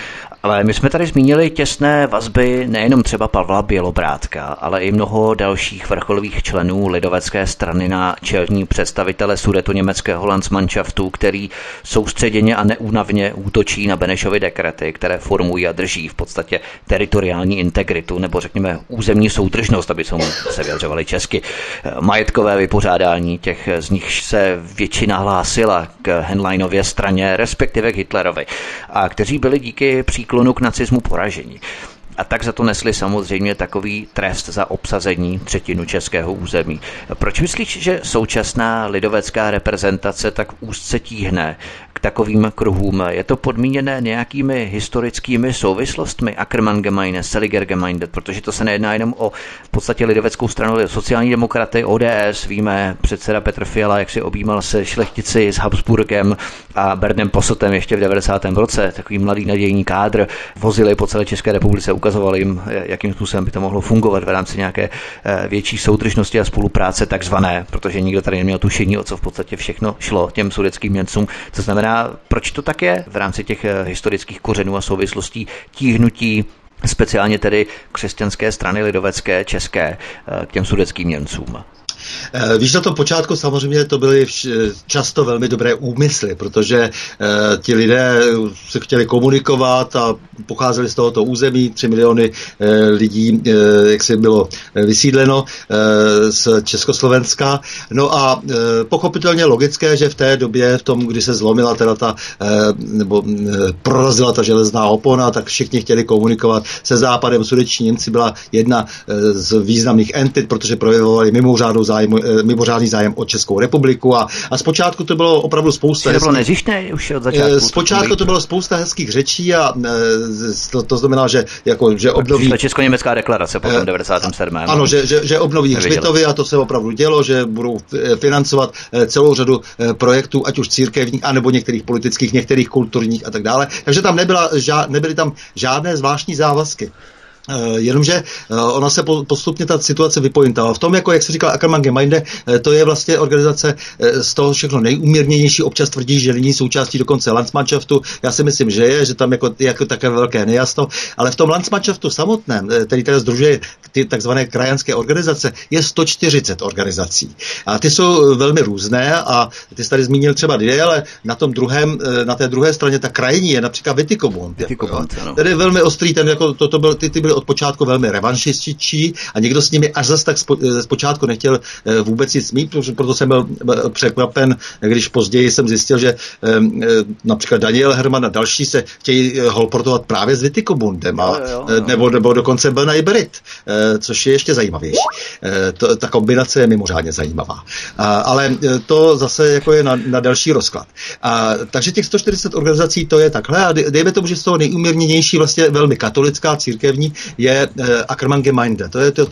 Ale my jsme tady zmínili těsné vazby nejenom třeba Pavla Bělobrádka, ale i mnoho dalších vrcholových členů lidovecké strany na čelní představitele sudetoněmeckého Landsmannschaftu, který soustředěně a neúnavně útočí na Benešovy dekrety, které formují a drží v podstatě teritoriální integritu, nebo řekněme územní soudržnost, aby se vyjadřovali česky. Majetkové vypořádání, těch z nich se většina hlásila k Henleinově straně, respektive k Hitlerovi, a kteří byli díky příklonu k nacismu poražení. A tak za to nesli samozřejmě takový trest za obsazení třetinu českého území. Proč myslíš, že současná lidovecká reprezentace tak úzce tíhne k takovým kruhům? Je to podmíněné nějakými historickými souvislostmi? Ackermann-Gemeinde, Seliger-Gemeinde, protože to se nejedná jenom o v podstatě lidoveckou stranu, sociální demokraty, ODS, víme, předseda Petr Fiala, jak si objímal se šlechtici s Habsburgem a Berndem Posseltem ještě v 90. roce, takový mladý nadějný kádr, vozili po celé České republice, ukazovali jim, jakým způsobem by to mohlo fungovat v rámci nějaké větší soudržnosti a spolupráce takzvané, protože nikdo tady neměl tušení, o co v podstatě všechno šlo těm sudetským Němcům. To znamená, proč to tak je v rámci těch historických kořenů a souvislostí tíhnutí speciálně tedy křesťanské strany lidovecké české k těm sudetským Němcům? Víš, na tom počátku samozřejmě to byly často velmi dobré úmysly, protože ti lidé se chtěli komunikovat a pocházeli z tohoto území, 3 miliony lidí, jak se bylo vysídleno z Československa. No a pochopitelně logické, že v té době, v tom, kdy se zlomila teda nebo prorazila ta železná opona, tak všichni chtěli komunikovat se Západem. Sudeční Němci byla jedna z významných entit, protože projevovali mimořádný zájem o Českou republiku a zpočátku to bylo opravdu spousta. To bylo nezištné už od začátku. Zpočátku to bylo spousta hezkých řečí a to znamená, že obnoví Česko-německá deklarace po 97. Ano, že obnoví hřbitovy a to se opravdu dělo, že budou financovat celou řadu projektů, ať už církevních, anebo některých politických, některých kulturních a tak dále. Takže tam nebyly tam žádné zvláštní závazky. Jenomže ona se postupně ta situace vypojintala. V tom, jako jak se říkal Ackermann-Gemeinde, to je vlastně organizace z toho všechno nejúměrnější, občas tvrdí, že není součástí dokonce Landsmannschaftu. Já si myslím, že je, že tam jako také velké nejasno, ale v tom Landsmannschaftu samotném, který teda sdružuje ty takzvané krajanské organizace, je 140 organizací. A ty jsou velmi různé a ty jsi tady zmínil třeba 2, ale na té druhé straně ta krajní je například Witikobund. Tedy je velmi ostrý, ty byly od počátku velmi revanšističtí a někdo s nimi až zase tak zpočátku nechtěl vůbec nic mít, proto jsem byl překvapen, když později jsem zjistil, že například Daniel Herman a další se chtějí holportovat právě s Witikobundem nebo dokonce Bernay Berit, což je ještě zajímavější. Ta kombinace je mimořádně zajímavá. Ale to zase jako je na další rozklad. Takže těch 140 organizací to je takhle a dejme tomu, že z toho nejúměrnější vlastně velmi katolická církevní je Ackermann-Gemeinde.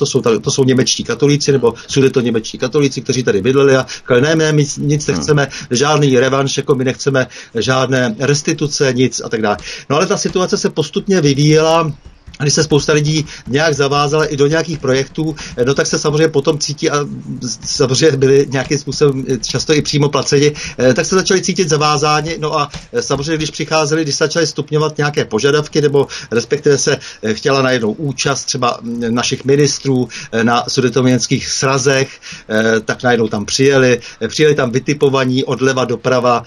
To jsou němečtí katolíci nebo sudetoněmečtí katolíci, kteří tady bydleli a ne, my nic nechceme, žádný revanš, jako my nechceme žádné restituce, nic a tak dále. No ale ta situace se postupně vyvíjela. Když se spousta lidí nějak zavázala i do nějakých projektů, no tak se samozřejmě potom cítí a samozřejmě byli nějakým způsobem často i přímo placeni, tak se začali cítit zavázáni, no a samozřejmě když začali stupňovat nějaké požadavky, nebo respektive se chtěla najednou účast třeba našich ministrů na sudetoněmeckých srazech, tak najednou tam přijeli tam vytipovaní odleva doprava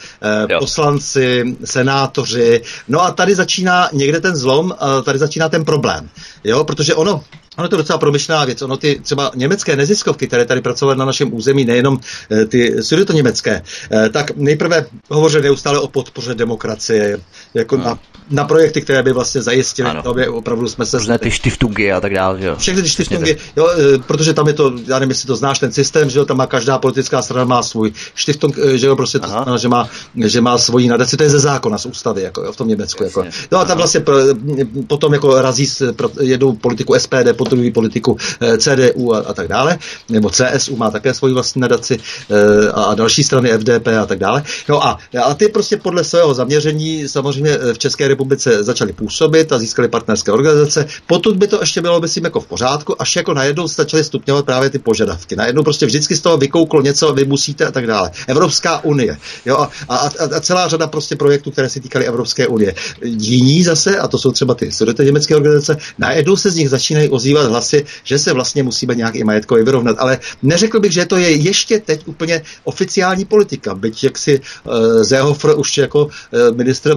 poslanci, senátoři, no a tady začíná někde ten zlom, tady začíná ten problém. Jo, protože ono je to docela promyšlená věc. Ono ty třeba německé neziskovky, které tady pracovaly na našem území, nejenom ty sudetoněmecké, tak nejprve hovořili neustále o podpoře demokracie, jako na projekty, které by vlastně zajistily, aby opravdu jsme se... Různé ty štiftungy a tak dále, jo. Všechny ty štiftungy, jo, protože tam je to, já nevím, jestli to znáš, ten systém, že jo, tam má každá politická strana má svůj štiftung, že jo, prostě to znamená, že má svoji nadaci, to je ze zákona, z ústavy, jako jo, v tom Německu, jako. No a tam vlastně potom jako razí jednou politiku SPD, potom politiku CDU a tak dále, nebo CSU má také svoji vlastní nadaci a další strany FDP a tak dále. No a ty prostě podle svého zaměření samozřejmě v České republice začali působit a získali partnerské organizace, potom by to ještě bylo, myslím, jako v pořádku, až jako najednou začaly stupňovat právě ty požadavky. Najednou prostě vždycky z toho vykouklo něco, vy musíte a tak dále. Evropská unie, jo, a celá řada prostě projektů, které se týkaly Evropské unie. Jiní zase, a to jsou třeba ty německé organizace, najednou se z nich začínají ozývat hlasy, že se vlastně musíme nějak i majetkově vyrovnat. Ale neřekl bych, že to je ještě teď úplně oficiální politika. Byť jaksi Seehofer už jako ministr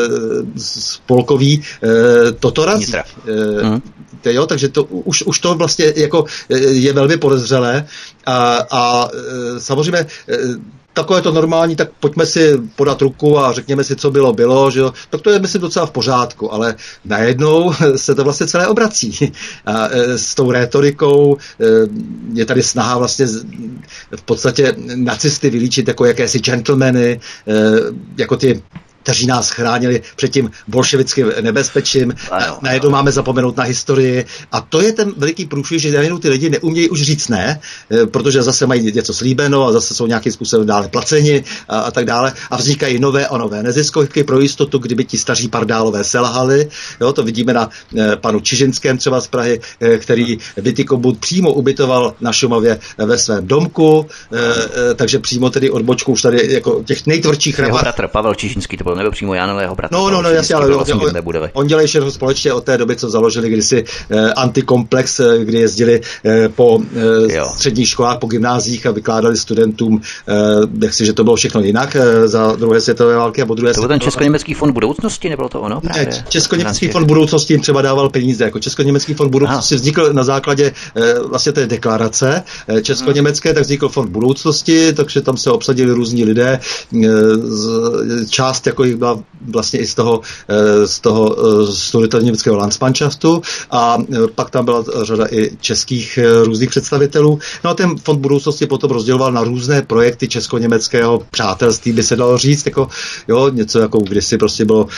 spolkový toto razí. Jo, takže to už to vlastně jako je velmi podezřelé a samozřejmě takové to normální, tak pojďme si podat ruku a řekněme si, co bylo, že jo. Tak to je, myslím, docela v pořádku, ale najednou se to vlastně celé obrací. A s tou rétorikou je tady snaha vlastně v podstatě nacisty vylíčit jako jakési gentlemany, jako ty, kteří nás chránili před tím bolševickým nebezpečím. Najednou máme zapomenout na historii. A to je ten veliký průšvih, že najednou ty lidi neumějí už říct ne, protože zase mají něco slíbeno a zase jsou nějakým způsobem dále placeni a tak dále. A vznikají nové a nové neziskovky pro jistotu, kdyby ti staří pardálové selhali. Jo, to vidíme na panu Čižinském třeba z Prahy, který Witikobund přímo ubytoval na Šumavě ve svém domku, takže přímo tedy odbočku už tady jako těch nejtvrdších jeho bratr Pavel Čižinský, to byl nebo přímo Jan, ale jeho bratr. No, jasně, ale on dělají všechno společně od té doby, co založili kdysi antikomplex, kdy jezdili po středních školách, po gymnáziích a vykládali studentům, že to bylo všechno jinak za druhé světové války a po druhé světové války. To byl ten Českoněmecký fond budoucnosti, nebylo to ono? Ne, Českoněmecký fond budoucnosti jim třeba dával peníze. Jako Českoněmecký fond budoucnosti vznikl na základě vlastně té deklarace českoněmecké, tak vznikl fond budoucnosti, takže tam se obsadili různí lidé, část jako jich byla vlastně i z toho německého Landsmannschaftu a pak tam byla řada i českých různých představitelů. No a ten fond budoucnosti potom rozděloval na různé projekty česko-německého přátelství, by se dalo říct, jako, jo, něco jako kdysi prostě bylo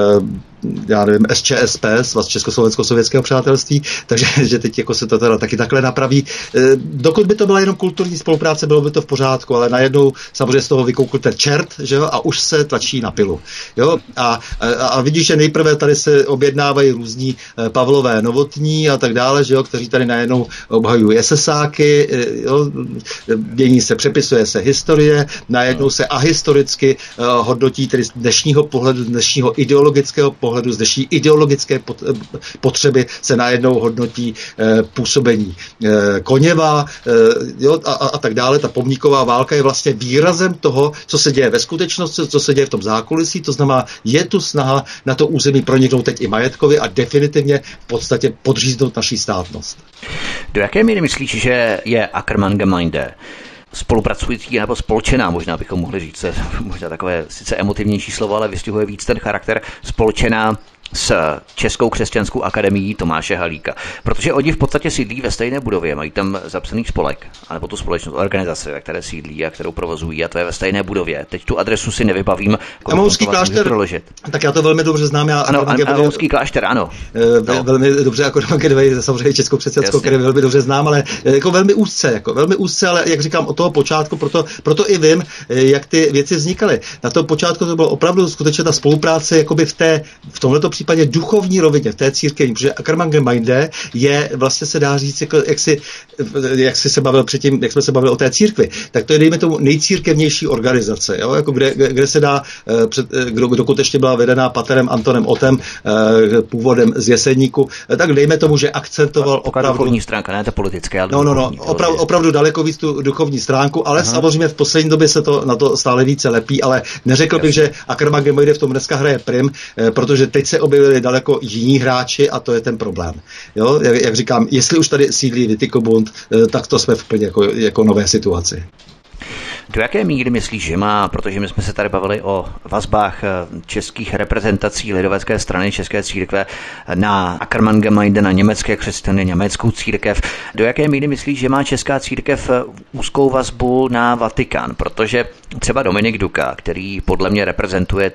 já nevím, SČSP, Svaz Československo-sovětského přátelství, takže že teď jako se to teda taky takhle napraví. Dokud by to byla jenom kulturní spolupráce, bylo by to v pořádku, ale najednou samozřejmě z toho vykoukl ten čert, že jo, a už se tlačí na pilu. Jo, a vidíš, že nejprve tady se objednávají různí Pavlové Novotní a tak dále, že jo, kteří tady najednou obhajují SSáky, jo, dění se, přepisuje se historie, najednou se ahistoricky hodnotí tedy z dnešního pohledu, dnešního ideologického pohledu, z dnešní ideologické potřeby se najednou hodnotí působení Koněva, jo, a tak dále. Ta pomníková válka je vlastně výrazem toho, co se děje ve skutečnosti, co se děje v tom zákulisí, to znamená, je tu snaha na to území proniknout teď i majetkově a definitivně v podstatě podříznout naší státnost. Do jaké míry myslíš, že je Ackermann-Gemeinde spolupracující nebo spolčená, možná bychom mohli říct, možná takové sice emotivnější slovo, ale vystihuje víc ten charakter, spolčená s Českou křesťanskou akademií Tomáše Halíka. Protože oni v podstatě sídlí ve stejné budově, mají tam zapsaný spolek, anebo tu společnost, organizace, ve které sídlí a kterou provozují, a to je ve stejné budově. Teď tu adresu si nevybavím. Amouský klášter, tak já to velmi dobře znám. Amouský klášter, ano. Velmi dobře, jako samozřejmě Českou křesťanskou akademii velmi dobře znám, ale jako velmi úzce, ale jak říkám, od toho počátku, proto i vím, jak ty věci vznikaly. Na tom počátku to bylo opravdu skutečně ta spolupráce jakoby v tomto případě duchovní rovině, v té církevní, protože Ackermann-Gemeinde je vlastně se dá říct, jako, jak jsi se bavil předtím, jak jsme se bavili o té církvi, tak to je, dejme tomu, nejcírkevnější organizace, jo? Jako kde se dá, dokud ještě byla vedená paterem Antonem Otem, původem z Jeseníku, tak dejme tomu, že akcentoval opravdu duchovní stránka, ne ta politická, ale opravdu daleko víc tu duchovní stránku, ale samozřejmě v poslední době se to na to stále více lepí, ale neřekl bych, že Ackermann-Gemeinde v tom dneska hraje prim, protože teď se objevili daleko jiní hráči a to je ten problém. Jo? Jak říkám, jestli už tady sídlí Witikobund, tak to jsme v plně jako nové situaci. Do jaké míry myslíš, že má, protože my jsme se tady bavili o vazbách českých reprezentací lidovecké strany České církve na Ackermann-Gemeinde, na německé křesťany, německou církev, do jaké míry myslíš, že má česká církev úzkou vazbu na Vatikán? Protože třeba Dominik Duka, který podle mě reprezentuje tu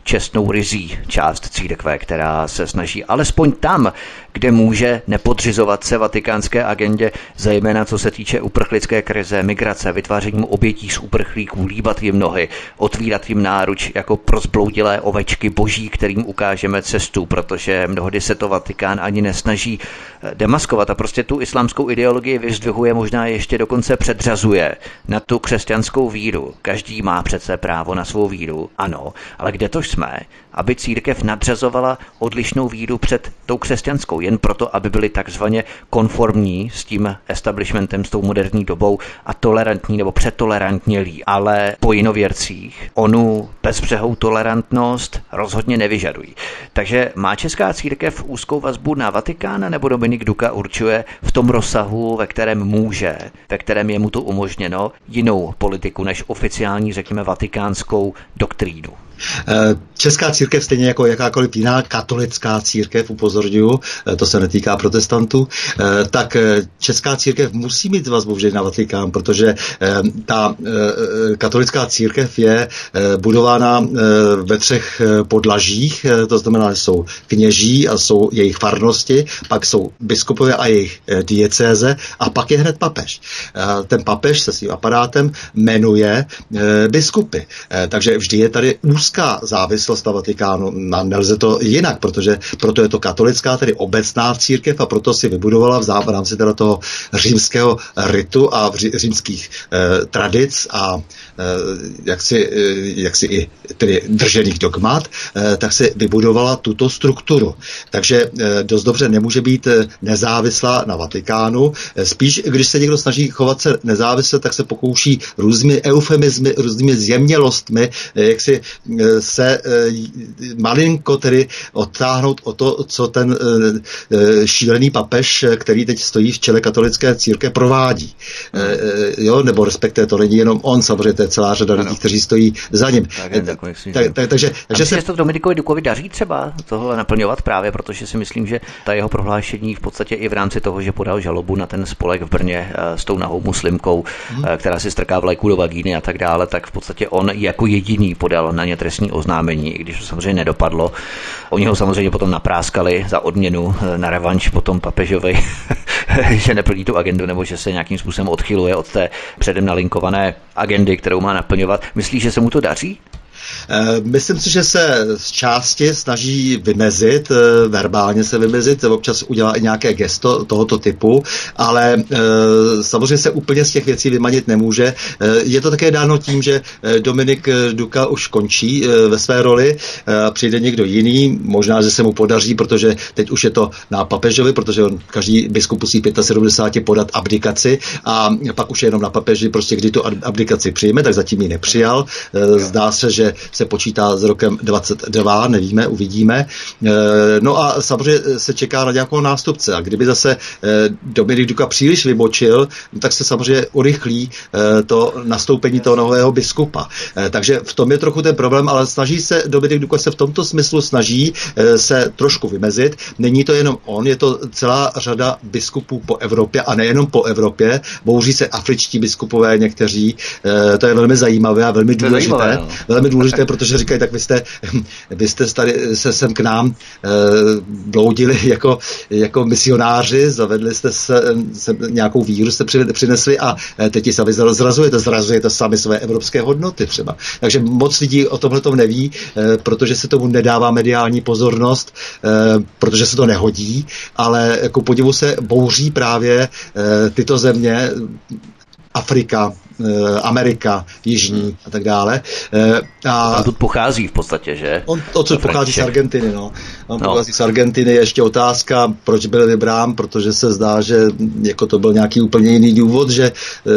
čestnou ryzí část církve, která se snaží alespoň tam, kde může, nepodřizovat se vatikánské agendě, zejména co se týče uprchlické krize, migrace, vytvářením obětí z uprchlíků, líbat jim nohy, otvírat jim náruč jako pro zbloudilé ovečky boží, kterým ukážeme cestu, protože mnohdy se to Vatikán ani nesnaží demaskovat a prostě tu islámskou ideologii vyzdvihuje, možná ještě dokonce předřazuje na tu křesťanskou víru. Každý má přece právo na svou víru, ano, ale kde to jsme, aby církev nadřazovala odlišnou víru před tou křesťanskou, jen proto, aby byli takzvaně konformní s tím establishmentem, s tou moderní dobou a tolerantní nebo přetolerantnělí, ale po jinověrcích onu bezbřehou tolerantnost rozhodně nevyžadují. Takže má česká církev úzkou vazbu na Vatikán, nebo Dominik Duka určuje v tom rozsahu, ve kterém může, ve kterém je mu to umožněno, jinou politiku než oficiální, řekněme, vatikánskou doktrínu? Česká církev, stejně jako jakákoliv jiná katolická církev, upozorňuji, to se netýká protestantů, tak česká církev musí mít vazbu vždy na Vatikán, protože ta katolická církev je budována ve 3 podlažích, to znamená, že jsou kněží a jsou jejich farnosti, pak jsou biskupové a jejich diecéze a pak je hned papež. Ten papež se svým aparátem jmenuje biskupy, takže vždy je tady úzká závislost na Vatikánu. Nelze to jinak, protože proto je to katolická, tedy obecná církev a proto si vybudovala v rámci teda toho římského ritu a římských tradic a jaksi i tedy držených dogmat, tak si vybudovala tuto strukturu. Takže dost dobře nemůže být nezávislá na Vatikánu. Spíš, když se někdo snaží chovat se nezávisle, tak se pokouší různými eufemizmy, různými zjemnělostmi, jak si se malinko tedy odtáhnout o to, co ten šílený papež, který teď stojí v čele katolické církve, provádí. Nebo respektive to není jenom on, samozřejmě to je celá řada lidí, kteří stojí za ním. Takže se to Dominikovi Dukovi daří třeba tohle naplňovat právě, protože si myslím, že ta jeho prohlášení v podstatě i v rámci toho, že podal žalobu na ten spolek v Brně s tou nahou muslimkou, která si strká vlajku do vagíny a tak dále, tak v podstatě on jako jediný podal na ně trestní oznámení, i když to samozřejmě nedopadlo. Oni ho samozřejmě potom napráskali za odměnu na revanš potom papežovi, že neplní tu agendu nebo že se nějakým způsobem odchyluje od té předem nalinkované agendy, kterou má naplňovat. Myslíš, že se mu to daří? Myslím si, že se z části snaží vymezit, verbálně se vymezit, občas udělá i nějaké gesto tohoto typu, ale samozřejmě se úplně z těch věcí vymanit nemůže. Je to také dáno tím, že Dominik Duka už končí ve své roli, přijde někdo jiný, možná, že se mu podaří, protože teď už je to na papežovi, protože každý biskup musí 75 podat abdikaci a pak už je jenom na papeži, prostě kdy tu abdikaci přijme, tak zatím ji nepřijal. Zdá se, že se počítá s rokem 22, nevíme, uvidíme. No a samozřejmě se čeká na nějakou nástupce. A kdyby zase Dominik Duka příliš vybočil, tak se samozřejmě urychlí to nastoupení toho nového biskupa. Takže v tom je trochu ten problém, ale snaží se, Dominik Duka se v tomto smyslu snaží se trošku vymezit. Není to jenom on, je to celá řada biskupů po Evropě a nejenom po Evropě. Bouří se afričtí biskupové někteří. To je velmi zajímavé a velmi důležité. Velmi důležité, protože říkají, tak vy jste tady se sem k nám bloudili jako misionáři, zavedli jste se nějakou víru, jste přinesli a teď ji sami zrazujete sami své evropské hodnoty třeba. Takže moc lidí o tomhle tom neví, protože se tomu nedává mediální pozornost, protože se to nehodí, ale ku podivu se bouří právě tyto země, Afrika, Amerika, Jižní a tak dále. A tu pochází v podstatě, že? On odsud pochází z Argentiny, pochází z Argentiny, je ještě otázka, proč byl vybrán, protože se zdá, že jako to byl nějaký úplně jiný důvod, že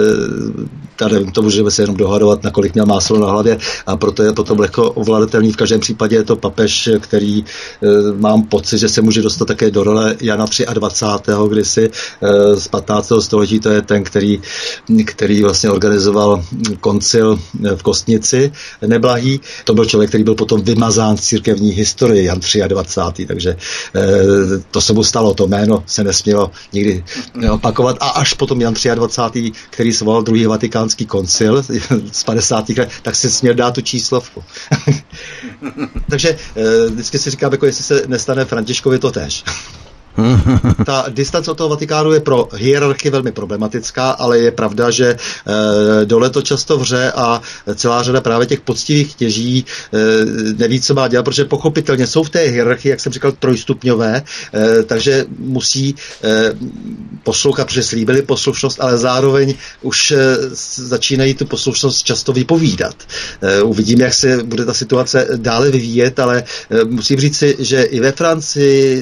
tady to můžeme se jenom dohadovat, nakolik měl máslo na hlavě a proto je potom lehko ovladatelný. V každém případě je to papež, který mám pocit, že se může dostat také do role Jana 23. kdysi z 15. století, to je ten, který vlastně organizoval organizoval koncil v Kostnici neblahý. To byl člověk, který byl potom vymazán z církevní historie, Jan 23. Takže to se mu stalo, to jméno se nesmělo nikdy opakovat. A až potom Jan 23., který svolal druhý vatikánský koncil z 50. let, tak se směl dát tu číslovku. Takže vždycky si říkám, jako jestli se nestane Františkovi to též. Ta distance od toho Vatikánu je pro hierarchii velmi problematická, ale je pravda, že dole to často vře a celá řada právě těch poctivých kněží neví, co má dělat, protože pochopitelně jsou v té hierarchii, jak jsem říkal, trojstupňové, takže musí poslouchat, protože slíbili poslušnost, ale zároveň už začínají tu poslušnost často vypovídat. Uvidíme, jak se bude ta situace dále vyvíjet, ale musím říct si, že i ve Francii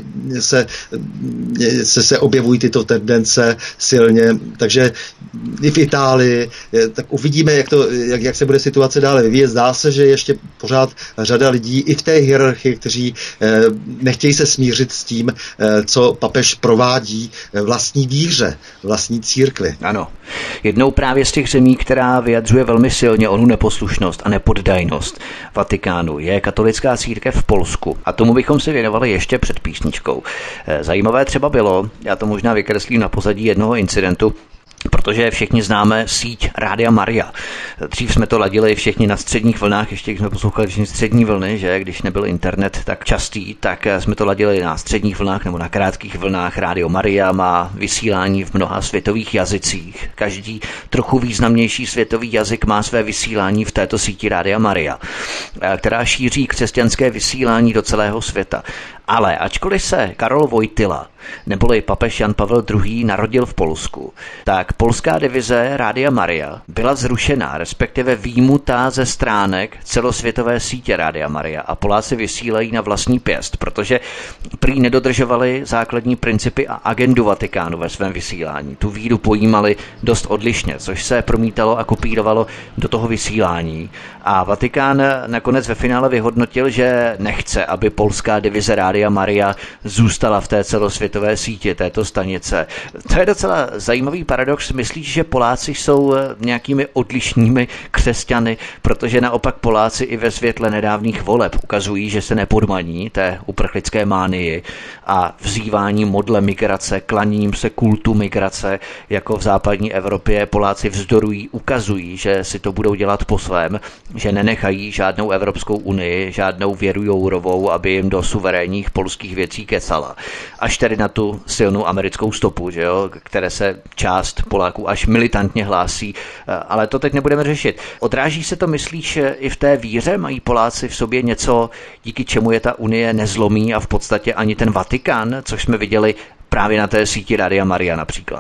se objevují tyto tendence silně, takže i v Itálii, tak uvidíme, jak se bude situace dále vyvíjet. Zdá se, že ještě pořád řada lidí i v té hierarchii, kteří nechtějí se smířit s tím, co papež provádí vlastní víře, vlastní církvi. Ano. Jednou právě z těch zemí, která vyjadřuje velmi silně onu neposlušnost a nepoddajnost Vatikánu, je katolická církev v Polsku. A tomu bychom se věnovali ještě před písničkou. Zajímavé třeba bylo, já to možná vykreslím na pozadí jednoho incidentu, protože všichni známe síť Rádia Maria. Dřív jsme to ladili všichni na středních vlnách, ještě když jsme poslouchali všichni střední vlny, že když nebyl internet tak častý, tak jsme to ladili na středních vlnách nebo na krátkých vlnách. Rádio Maria má vysílání v mnoha světových jazycích. Každý trochu významnější světový jazyk má své vysílání v této síti Rádia Maria, která šíří křesťanské vysílání do celého světa. Ale ačkoliv se Karol Wojtyla, neboli papež Jan Pavel II. Narodil v Polsku, tak polská divize Rádia Maria byla zrušena, respektive výjimutá ze stránek celosvětové sítě Rádia Maria a Poláci vysílají na vlastní pěst, protože prý nedodržovali základní principy a agendu Vatikánu ve svém vysílání. Tu víru pojímali dost odlišně, což se promítalo a kopírovalo do toho vysílání. A Vatikán nakonec ve finále vyhodnotil, že nechce, aby polská divize Rádia Maria zůstala v té celosvětové sítě této stanice. To je docela zajímavý paradox. Myslíš, že Poláci jsou nějakými odlišnými křesťany, protože naopak Poláci i ve světle nedávných voleb ukazují, že se nepodmaní té uprchlické mánii a vzývání modle migrace, klaním se kultu migrace, jako v západní Evropě Poláci vzdorují, ukazují, že si to budou dělat po svém, že nenechají žádnou Evropskou unii, žádnou věru jourovou, aby jim do suverénních polských věcí kecala. Až tedy na tu silnou americkou stopu, že jo, které se část Poláků až militantně hlásí, ale to teď nebudeme řešit. Odráží se to, myslíš, i v té víře? Mají Poláci v sobě něco, díky čemu je ta unie nezlomí a v podstatě ani ten Vatikán, což jsme viděli právě na té síti Rádia Maria například?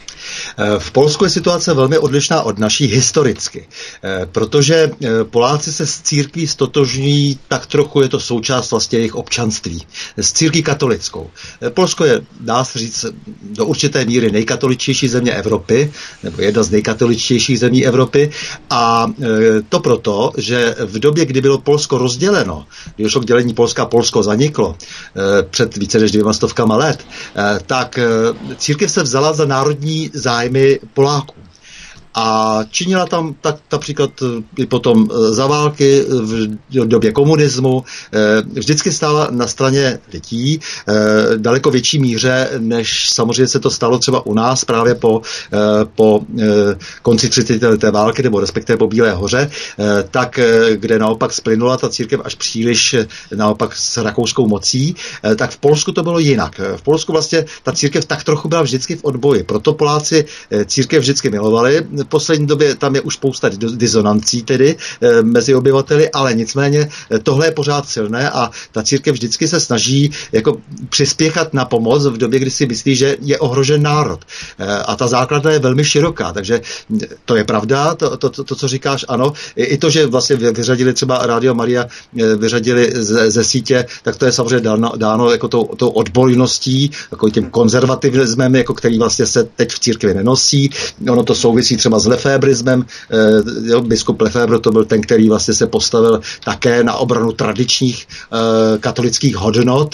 V Polsku je situace velmi odlišná od naší historicky, protože Poláci se s církví stotožňují tak trochu, je to součást vlastně jejich občanství, s církví katolickou. Polsko je, dá se říct, do určité míry nejkatoličtější země Evropy, nebo jedna z nejkatoličtějších zemí Evropy, a to proto, že v době, kdy bylo Polsko rozděleno, kdy došlo k dělení Polska, Polsko zaniklo před více než 200 let, tak církev se vzala za národní zájmy Poláků. A činila tam tak například i potom za války v době komunismu, vždycky stála na straně lidí daleko větší míře, než samozřejmě se to stalo třeba u nás právě po konci 30. leté války, nebo respektive po Bílé hoře, tak kde naopak splynula ta církev až příliš naopak s rakouskou mocí, tak v Polsku to bylo jinak. V Polsku vlastně ta církev tak trochu byla vždycky v odboji, proto Poláci církev vždycky milovali. V poslední době tam je už spousta disonancí tedy mezi obyvateli, ale nicméně tohle je pořád silné a ta církev vždycky se snaží jako přispěchat na pomoc v době, kdy si myslí, že je ohrožen národ. A ta základna je velmi široká, takže to je pravda, to co říkáš, ano. I to, že vlastně vyřadili třeba Rádio Maria, vyřadili ze sítě, tak to je samozřejmě dáno jako tou odbojností, jako tím konzervativismem, jako který vlastně se teď v církvi nenosí. Ono to souvisí třeba třeba s Lefebvrismem. Biskup Lefebvre to byl ten, který vlastně se postavil také na obranu tradičních katolických hodnot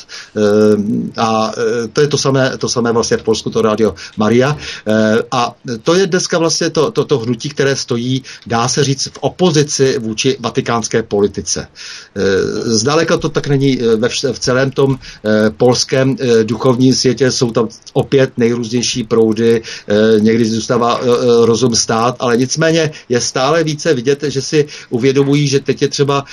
a to je to samé vlastně v Polsku, to Radio Maria. A to je dneska vlastně to hnutí, které stojí, dá se říct, v opozici vůči vatikánské politice. Zdaleka to tak není v celém tom polském duchovním světě, jsou tam opět nejrůznější proudy, někdy zůstává rozum stát, ale nicméně je stále více vidět, že si uvědomují, že teď je třeba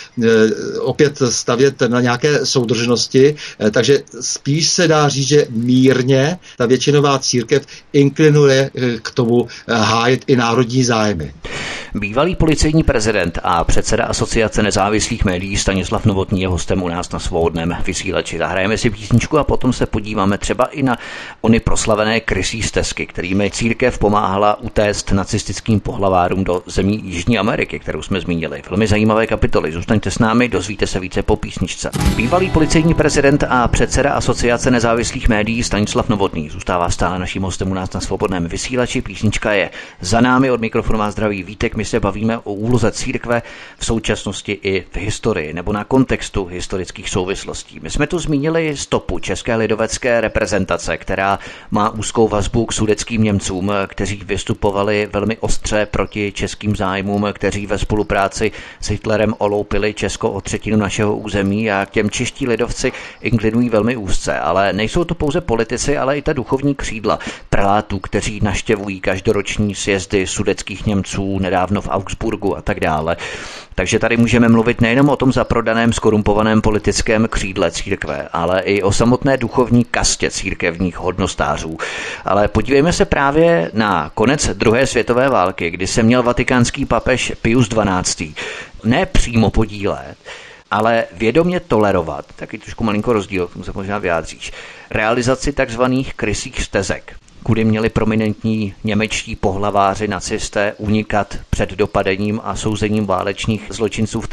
opět stavět na nějaké soudržnosti, takže spíš se dá říct, že mírně ta většinová církev inklinuje k tomu hájit i národní zájmy. Bývalý policejní prezident a předseda Asociace nezávislých médií Stanislav Novotný je hostem u nás na Svobodném vysílači. Zahrajeme si písničku a potom se podíváme třeba i na ony proslavené krysí stezky, kterými církev pomáhala utéct nacistickým pohlavárům do zemí Jižní Ameriky, kterou jsme zmínili. Velmi zajímavé kapitoly. Zůstaňte s námi, dozvíte se více po písničce. Bývalý policejní prezident a předseda Asociace nezávislých médií Stanislav Novotný zůstává stále naším hostem u nás na Svobodném vysílači. Písnička je za námi, od mikrofonu vás zdraví Vítek. My se bavíme o úloze církve v současnosti i v historii nebo na kontextu historických souvislostí. My jsme tu zmínili stopu české lidovecké reprezentace, která má úzkou vazbu k sudetským Němcům, kteří vystupovali velmi ostře proti českým zájmům, kteří ve spolupráci s Hitlerem oloupili Česko o třetinu našeho území a k těm čeští lidovci inklinují velmi úzce. Ale nejsou to pouze politici, ale i ta duchovní křídla prelátů, kteří navštěvují každoroční sjezdy sudetských Němců, nedávno v Augsburgu a tak dále. Takže tady můžeme mluvit nejenom o tom zaprodaném, skorumpovaném politickém křídle církve, ale i o samotné duchovní kastě církevních hodnostářů. Ale podívejme se právě na konec druhé světové války, kdy se měl vatikánský papež Pius XII. Ne přímo podílet, ale vědomě tolerovat, taky trošku malinko rozdíl, k tomu se možná vyjádříš, realizaci takzvaných krysích stezek, kudy měli prominentní němečtí pohlaváři nacisté unikat před dopadením a souzením válečných zločinců v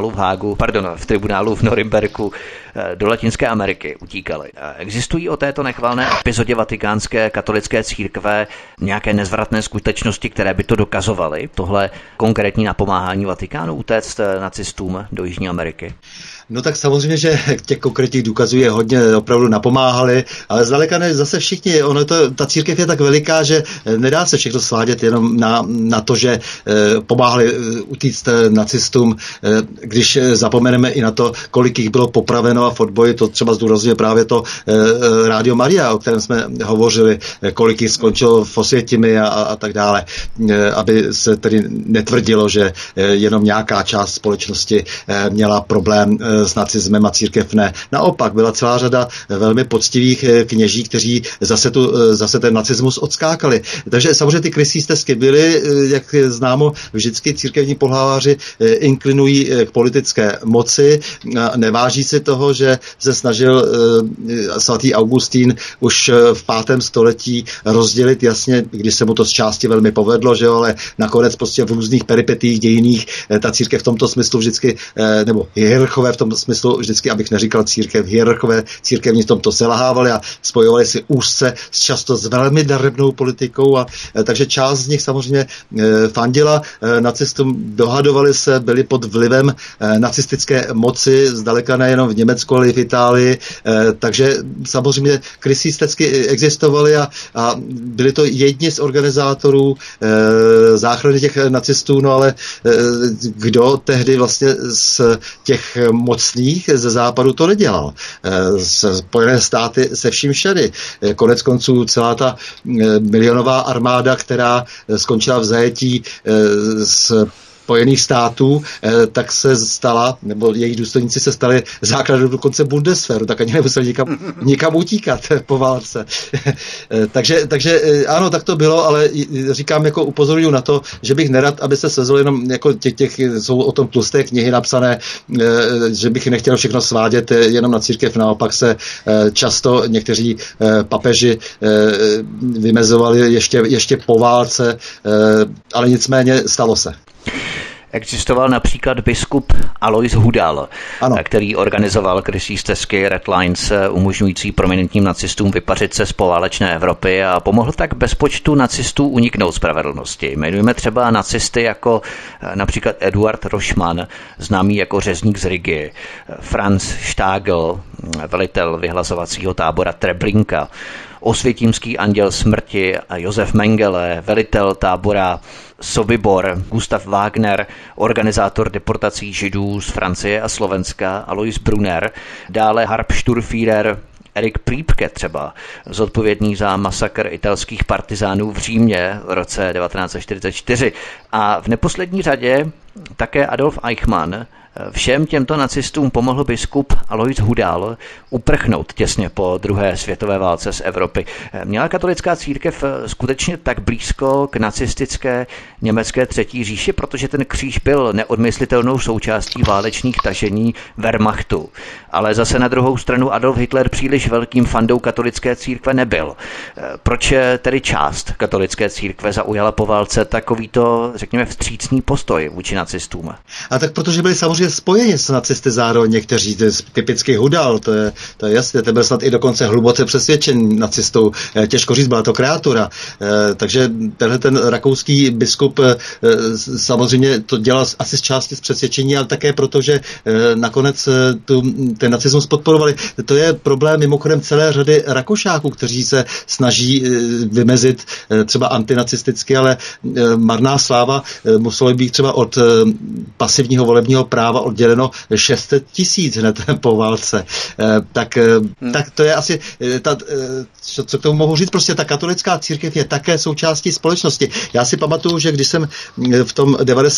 tribunálu v Norimberku do Latinské Ameriky utíkali. Existují o této nechvalné epizodě vatikánské katolické církve nějaké nezvratné skutečnosti, které by to dokazovaly? Tohle konkrétní napomáhání Vatikánu utéct nacistům do Jižní Ameriky? No tak samozřejmě, že těch konkrétních důkazů je hodně, opravdu napomáhali, ale zdaleka ne zase všichni. Ta církev je tak veliká, že nedá se všechno svádět jenom na to, že pomáhali utíct nacistům, když zapomeneme i na to, kolik jich bylo popraveno a v odboji, to třeba zdůrazňuje právě to Radio Maria, o kterém jsme hovořili, kolik jich skončilo v Osvětimi a tak dále, aby se tedy netvrdilo, že jenom nějaká část společnosti měla problém s nacismem a církev ne. Naopak byla celá řada velmi poctivých kněží, kteří zase ten nacismus odskákali. Takže samozřejmě ty krysí stezky byly, jak je známo, vždycky církevní pohlaváři inklinují k politické moci, neváží si toho, že se snažil svatý Augustín už v 5. století rozdělit jasně, když se mu to z části velmi povedlo, že jo, ale nakonec prostě v různých peripetích dějinných ta církev v tomto smyslu vždycky, nebo hierarchové v tom smyslu vždycky, abych neříkal církev, hierarchové církevní v tomto selhávali a spojovali si úzce často s velmi darebnou politikou a takže část z nich samozřejmě fandila nacistům, dohadovali se, byli pod vlivem nacistické moci, zdaleka nejenom v Německu, ale i v Itálii, takže samozřejmě krysí stezky existovaly a byli to jedni z organizátorů záchrany těch nacistů, no ale kdo tehdy vlastně z těch mocných ze západu to nedělal. Spojené státy se vším všady. Konec konců celá ta milionová armáda, která skončila v zajetí s Spojených států, tak se stala, nebo její důstojníci se stali základem dokonce Bundeswehru, tak ani nemuseli nikam utíkat po válce. takže ano, tak to bylo, ale říkám, jako upozorňuji na to, že bych nerad, aby se svezlo jenom jako těch jsou o tom tlusté knihy napsané, že bych nechtěl všechno svádět jenom na církev, naopak se často někteří papeži vymezovali ještě po válce, ale nicméně stalo se. Existoval například biskup Alois Hudal, ano, který organizoval krycí stezky Red Lines, umožňující prominentním nacistům vypařit se z poválečné Evropy a pomohl tak bezpočtu nacistů uniknout spravedlnosti. Jmenujeme třeba nacisty jako například Eduard Rošman, známý jako řezník z Rigy, Franz Stagl, velitel vyhlazovacího tábora Treblinka, osvětímský anděl smrti a Josef Mengele, velitel tábora Sobibor, Gustav Wagner, organizátor deportací židů z Francie a Slovenska, Alois Brunner, dále Hauptsturmführer Erik Priebke třeba, zodpovědný za masakr italských partizánů v Římě v roce 1944. A v neposlední řadě také Adolf Eichmann. Všem těmto nacistům pomohl biskup Alois Hudal uprchnout těsně po druhé světové válce z Evropy. Měla katolická církev skutečně tak blízko k nacistické německé třetí říši, protože ten kříž byl neodmyslitelnou součástí válečných tažení Wehrmachtu. Ale zase na druhou stranu Adolf Hitler příliš velkým fandou katolické církve nebyl. Proč tedy část katolické církve zaujala po válce takovýto, řekněme, vstřícný postoj vůči nacistům? A tak protože byli samozřejmě spojeni s nacisty zároveň někteří, to je typicky Hudal, to je jasné, to byl snad i dokonce hluboce přesvědčen nacistou, těžko říct, byla to kreatura, takže tenhle ten rakouský biskup samozřejmě to dělal asi z části z přesvědčení, ale také proto, že nakonec ten nacismus podporovali. To je problém mimochodem celé řady Rakušáků, kteří se snaží vymezit třeba antinacisticky, ale marná sláva, muselo být třeba od pasivního volebního práva odděleno 600 000 hned po válce. Tak to je asi, co k tomu mohu říct, prostě ta katolická církev je také součástí společnosti. Já si pamatuju, že když jsem v tom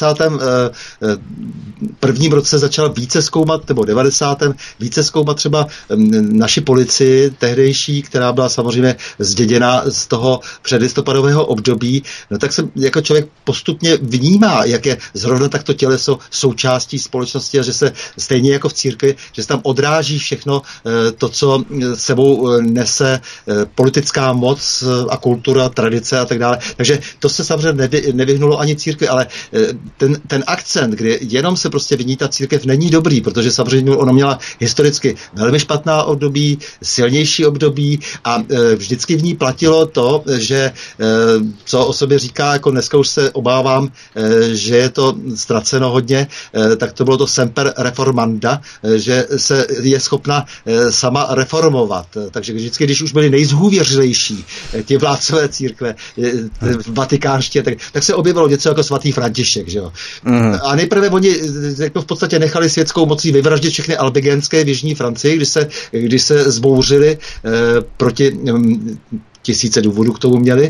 91. roce začal více zkoumat, nebo 90. více zkoumat třeba naši policii tehdejší, která byla samozřejmě zděděna z toho předlistopadového období, no tak jsem jako člověk postupně vnímá, jak je zrovna takto těleso součástí společnosti a že se stejně jako v církvi, že se tam odráží všechno to, co sebou nese politická moc a kultura, tradice a tak dále. Takže to se samozřejmě nevyhnulo ani církvi, ale ten akcent, kdy jenom se prostě viní ta církev, není dobrý, protože samozřejmě ona měla historicky velmi špatná období, silnější období a vždycky v ní platilo to, že co o sobě říká, jako dneska už se obávám, že je to ztraceno hodně, tak to bylo to semper reformanda, že se je schopna sama reformovat. Takže vždycky, když už byli nejzhůvěřilejší ti vládcové církve, vatikánští, tak se objevilo něco jako svatý František. Že jo? A nejprve oni jako v podstatě nechali světskou mocí vyvraždit všechny albigenské v jižní Francii, když se zbouřili proti tisíce důvodů k tomu měli,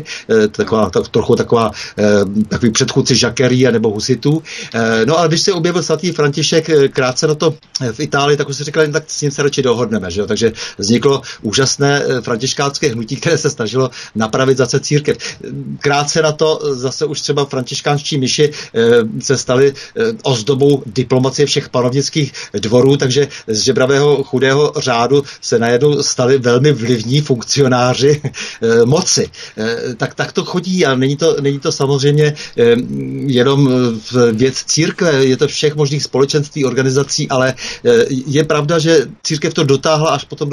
takový předchůdci Žakerí nebo husitů. No a když se objevil svatý František krátce na to v Itálii, tak už si říkali, tak s ním se radši dohodneme. Že jo? Takže vzniklo úžasné františkánské hnutí, které se snažilo napravit zase církev. Krátce na to zase už třeba františkánští miši se stali ozdobou diplomacie všech panovnických dvorů, takže z žebravého chudého řádu se najednou stali velmi vlivní funkcionáři moci. Tak to chodí a není to samozřejmě jenom věc církve, je to všech možných společenství, organizací, ale je pravda, že církev to dotáhla až potom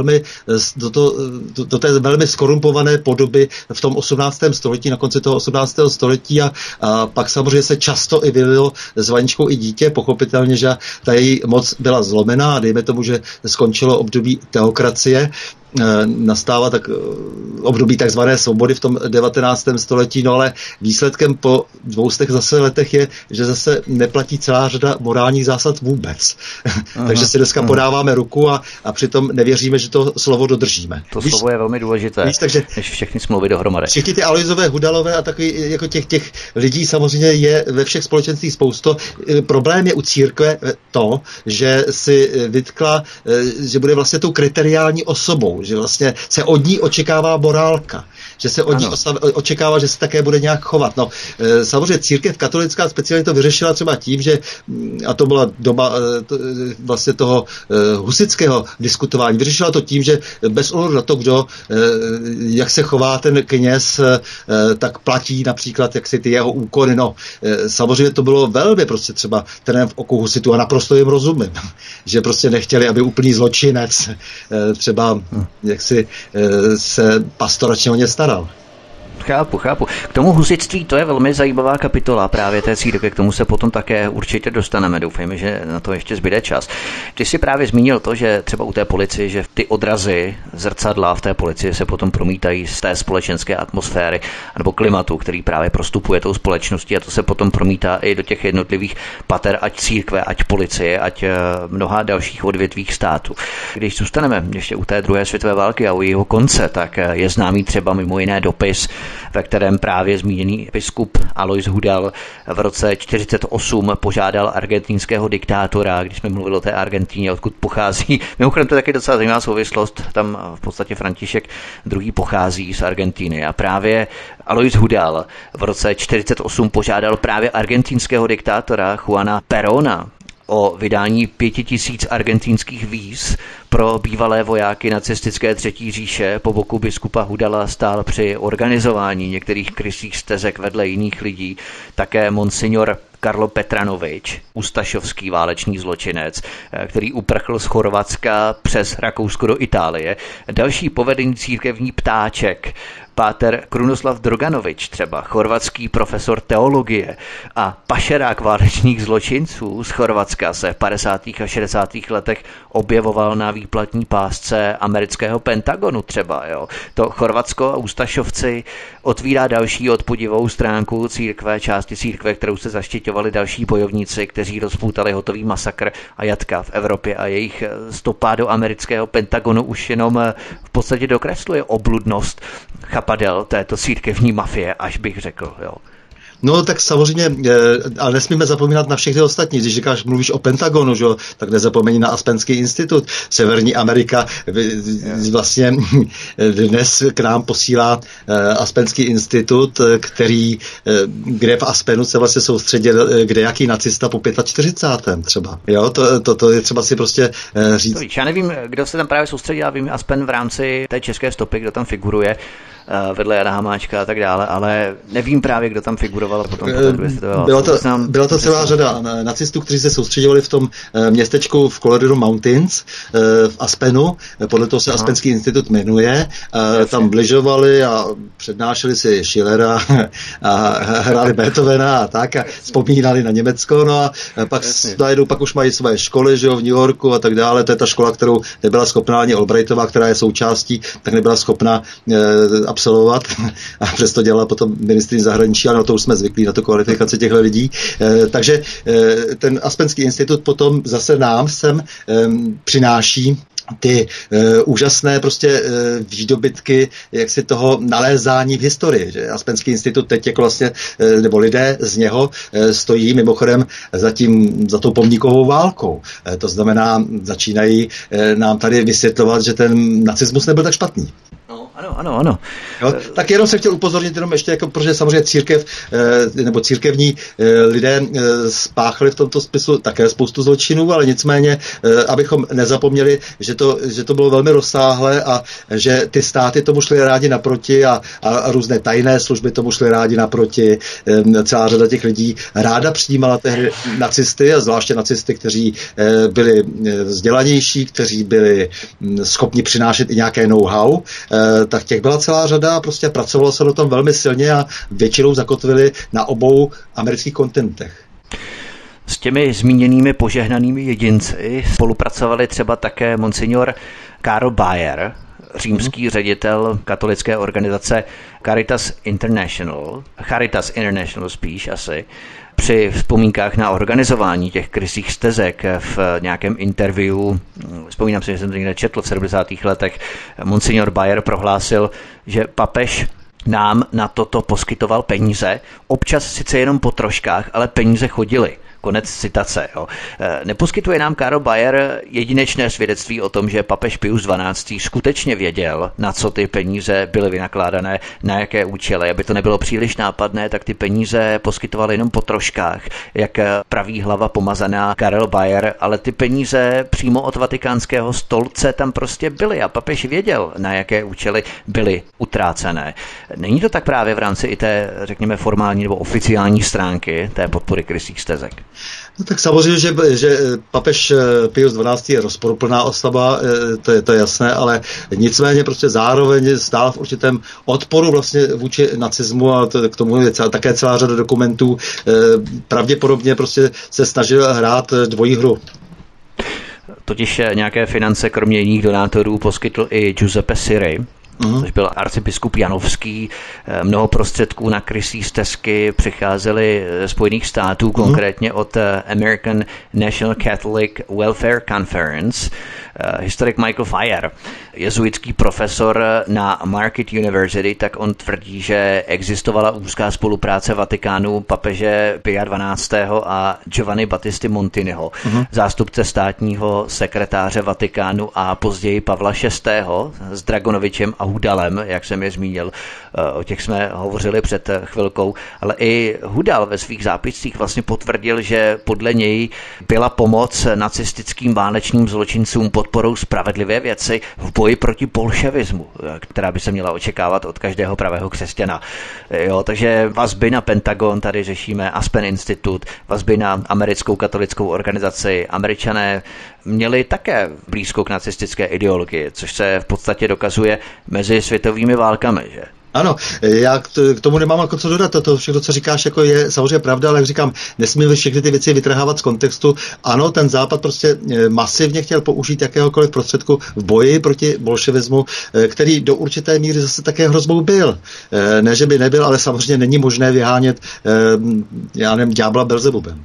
do té velmi skorumpované podoby v tom 18. století, na konci toho 18. století a pak samozřejmě se často i vylilo s vaničkou i dítě, pochopitelně, že ta její moc byla zlomená a dejme tomu, že skončilo období teokracie, nastává tak období takzvané svobody v tom 19. století, no ale výsledkem po 200 zase letech je, že zase neplatí celá řada morálních zásad vůbec. Takže si dneska podáváme ruku a přitom nevěříme, že to slovo dodržíme. To slovo je velmi důležité, takže než všechny smlouvy dohromady. Všichni ty Aloisové, Hudalové a takový jako těch lidí samozřejmě je ve všech společenstvích spousto. Problém je u církve to, že si vytkla, že bude vlastně tou kriteriální osobou, že vlastně se od ní očekává morálka. že se od ní očekává, že se také bude nějak chovat. No, samozřejmě církev katolická speciálně to vyřešila třeba tím, že, a to byla doba vlastně toho husitského diskutování, vyřešila to tím, že bez ohledu na to, kdo, jak se chová ten kněz, tak platí například, jak si ty jeho úkony. No, samozřejmě to bylo velmi prostě třeba trnem v oku husitů a naprosto jim rozumím, že prostě nechtěli, aby úplný zločinec třeba jaksi se pastoračně o ně staral. Chápu. K tomu husitství to je velmi zajímavá kapitola právě té církve, k tomu se potom také určitě dostaneme. Doufejme, že na to ještě zbyde čas. Ty jsi právě zmínil to, že třeba u té policie, že ty odrazy, zrcadla v té policii se potom promítají z té společenské atmosféry nebo klimatu, který právě prostupuje tou společností, a to se potom promítá i do těch jednotlivých pater, ať církve, ať policie, ať mnoha dalších odvětvích státu. Když zůstaneme ještě u té druhé světové války a u jejího konce, tak je známý třeba mimo jiné dopis, ve kterém právě zmíněný biskup Alois Hudal v roce 1948 požádal argentinského diktátora, když jsme mluvili o té Argentíně, odkud pochází. Mimochodem to je taky docela zajímavá souvislost, tam v podstatě František II. Pochází z Argentíny a právě Alois Hudal v roce 1948 požádal právě argentinského diktátora Juana Perona o vydání 5000 argentinských víz pro bývalé vojáky nacistické třetí říše. Po boku biskupa Hudala stál při organizování některých krysích stezek vedle jiných lidí také monsignor Karlo Petranovič, ustašovský válečný zločinec, který uprchl z Chorvatska přes Rakousko do Itálie. Další povedený církevní ptáček, páter Krunoslav Droganovič, třeba chorvatský profesor teologie a pašerák válečných zločinců z Chorvatska, se v 50. a 60. letech objevoval na výplatní pásce amerického Pentagonu třeba. Jo. To Chorvatsko a ustašovci otvírá další odpudivou stránku církve, části církve, kterou se zaštiťovali další bojovníci, kteří rozpoutali hotový masakr a jatka v Evropě, a jejich stopa do amerického Pentagonu už jenom v podstatě dokresluje obludnost chapadel této církevní mafie, až bych řekl. Jo. No tak samozřejmě, ale nesmíme zapomínat na všechny ostatní. Když říkáš, mluvíš o Pentagonu, že? Tak nezapomeň na Aspenský institut. Severní Amerika vlastně dnes k nám posílá Aspenský institut, kde v Aspenu se vlastně soustředil kdejaký nacista po 45. třeba. Jo, to je třeba si prostě říct. Já nevím, kdo se tam právě soustředil, já vím Aspen v rámci té české stopy, kdo tam figuruje vedle Jana Hamáčka a tak dále, ale nevím právě, kdo tam figuroval potom. Byla to celá řada nacistů, kteří se soustředovali v tom městečku v Colorado Mountains v Aspenu, podle toho se Aspenský institut jmenuje. Tam bližovali a přednášeli si Schillera a hráli Beethovena a tak a vzpomínali na Německo, no a pak už mají své školy, že jo, v New Yorku a tak dále. To je ta škola, kterou nebyla schopná ani Albrightová, která je součástí, tak nebyla schopná absolvovat a přesto dělala potom ministryní zahraničí, ale na to už jsme zvyklí, na to kvalifikaci těchto lidí. Takže ten Aspenský institut potom zase nám sem přináší ty úžasné prostě výdobytky jaksi toho nalézání v historii. Že? Aspenský institut teď jako vlastně, nebo lidé z něho stojí mimochodem za tou pomníkovou válkou. To znamená, začínají nám tady vysvětlovat, že ten nacismus nebyl tak špatný. Ano. Jo, tak jenom jsem chtěl upozornit jenom ještě, jako, protože samozřejmě církev nebo církevní lidé spáchali v tomto smyslu také spoustu zločinů, ale nicméně, abychom nezapomněli, že to bylo velmi rozsáhlé a že ty státy tomu šly rádi naproti a různé tajné služby tomu šly rádi naproti. Celá řada těch lidí ráda přijímala tehdy nacisty a zvláště nacisty, kteří byli vzdělanější, kteří byli schopni přinášet i nějaké know-how, tak těch byla celá řada a prostě pracovalo se na tom velmi silně a většinou zakotvili na obou amerických kontinentech. S těmi zmíněnými požehnanými jedinci spolupracovali třeba také monsignor Karl Bayer, římský ředitel katolické organizace Caritas International spíš asi, při vzpomínkách na organizování těch krysích stezek v nějakém interview, vzpomínám si, že jsem to někde četl v 70. letech, monsignor Bayer prohlásil, že papež nám na toto poskytoval peníze, občas sice jenom po troškách, ale peníze chodily. Konec citace. Jo. Neposkytuje nám Karl Bayer jedinečné svědectví o tom, že papež Pius XII. Skutečně věděl, na co ty peníze byly vynakládané, na jaké účely. Aby to nebylo příliš nápadné, tak ty peníze poskytoval jenom po troškách, jak praví hlava pomazaná Karl Bayer, ale ty peníze přímo od vatikánského stolce tam prostě byly a papež věděl, na jaké účely byly utrácené. Není to tak právě v rámci i té, řekněme, formální nebo oficiální stránky té podpory kristých stezek? No tak samozřejmě, že papež Pius XII. Je rozporuplná osoba, to je jasné, ale nicméně prostě zároveň stál v určitém odporu vlastně vůči nacismu a k tomu je také celá řada dokumentů. Pravděpodobně prostě se snažil hrát dvojí hru. Totiž nějaké finance kromě jiných donátorů poskytl i Giuseppe Siri, což byl arcibiskup janovský. Mnoho prostředků na kristí stezky přicházely ze Spojených států, konkrétně od American National Catholic Welfare Conference. Historik Michael Fire, jezuitský profesor na Marquette University, tak on tvrdí, že existovala úzká spolupráce Vatikánu papeže Pia XII. A Giovanni Battisti Montiniho, zástupce státního sekretáře Vatikánu a později Pavla VI. S Dragonovičem a Hudalem, jak jsem je zmínil, o těch jsme hovořili před chvilkou, ale i Hudal ve svých zápiscích vlastně potvrdil, že podle něj byla pomoc nacistickým válečným zločincům podporou spravedlivé věci v boji proti bolševismu, která by se měla očekávat od každého pravého křesťana. Jo, takže vazby na Pentagon tady řešíme, Aspen Institute, vazby na americkou katolickou organizaci. Američané měli také blízko k nacistické ideologii, což se v podstatě dokazuje mezi světovými válkami, že? Ano, já k tomu nemám jako co dodat. To všechno, co říkáš, jako je samozřejmě pravda, ale jak říkám, nesmíme všechny ty věci vytrhávat z kontextu. Ano, ten Západ prostě masivně chtěl použít jakéhokoliv prostředku v boji proti bolševismu, který do určité míry zase také hrozbou byl. Ne, že by nebyl, ale samozřejmě není možné vyhánět, já nevím, ďábla Belzebubem.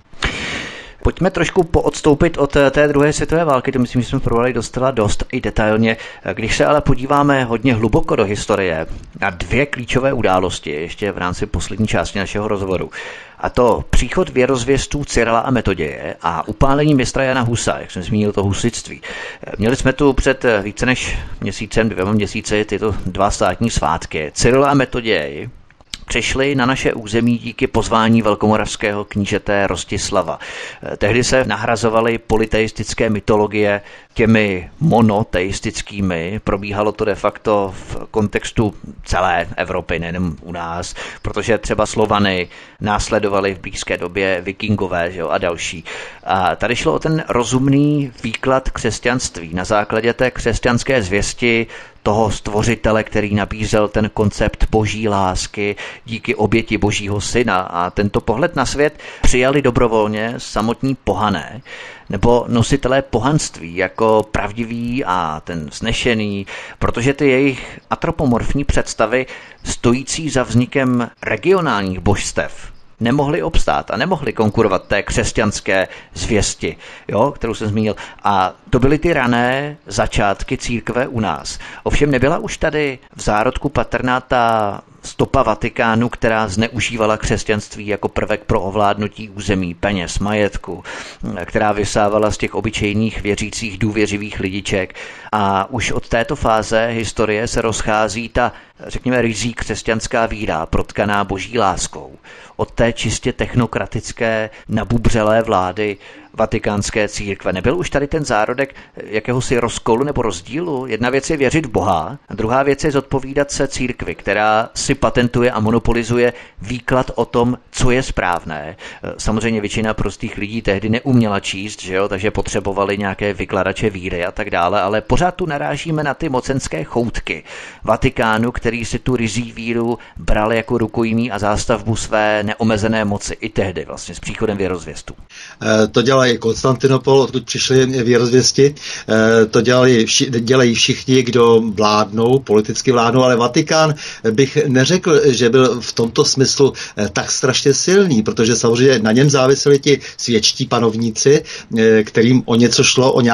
Pojďme trošku poodstoupit od té druhé světové války, to myslím, že jsme probrali dostala dost i detailně. Když se ale podíváme hodně hluboko do historie na dvě klíčové události, ještě v rámci poslední části našeho rozhovoru, a to příchod věrozvěstů Cyrila a Metoděje a upálení mistra Jana Husa, jak jsem zmínil to husitství. Měli jsme tu před více než dvěma měsíci tyto dva státní svátky. Cyril a Metoděj přišli na naše území díky pozvání velkomoravského knížete Rostislava. Tehdy se nahrazovaly polyteistické mytologie těmi monoteistickými. Probíhalo to de facto v kontextu celé Evropy, nejen u nás, protože třeba Slovany následovali v blízké době Vikingové, že jo, a další. A tady šlo o ten rozumný výklad křesťanství na základě té křesťanské zvěsti toho stvořitele, který nabízel ten koncept boží lásky díky oběti božího syna. A tento pohled na svět přijali dobrovolně samotní pohané nebo nositelé pohanství jako pravdivý a ten vznešený, protože ty jejich antropomorfní představy stojící za vznikem regionálních božstev nemohli obstát a nemohli konkurovat té křesťanské zvěsti, jo, kterou jsem zmínil. A to byly ty rané začátky církve u nás. Ovšem nebyla už tady v zárodku patrná ta stopa Vatikánu, která zneužívala křesťanství jako prvek pro ovládnutí území, peněz, majetku, která vysávala z těch obyčejných věřících důvěřivých lidiček. A už od této fáze historie se rozchází ta, řekněme, ryzí křesťanská víra, protkaná boží láskou. Od té čistě technokratické, nabubřelé vlády vatikánské církve. Nebyl už tady ten zárodek jakéhosi rozkolu nebo rozdílu? Jedna věc je věřit v Boha, a druhá věc je zodpovídat se církvi, která si patentuje a monopolizuje výklad o tom, co je správné. Samozřejmě většina prostých lidí tehdy neuměla číst, že jo, takže potřebovali nějaké vykladače víry a tak dále, ale pořád tu narážíme na ty mocenské choutky Vatikánu, který si tu ryzí víru bral jako rukojmí a zástavbu své neomezené moci i tehdy vlastně s příchodem věrozvěstů. To dělá ale i Konstantinopol, odkud přišly věrozvěsti. To dělají všichni, kdo vládnou, politicky vládnou, ale Vatikán bych neřekl, že byl v tomto smyslu tak strašně silný, protože samozřejmě na něm záviseli ti světští panovníci, kterým o něco šlo, o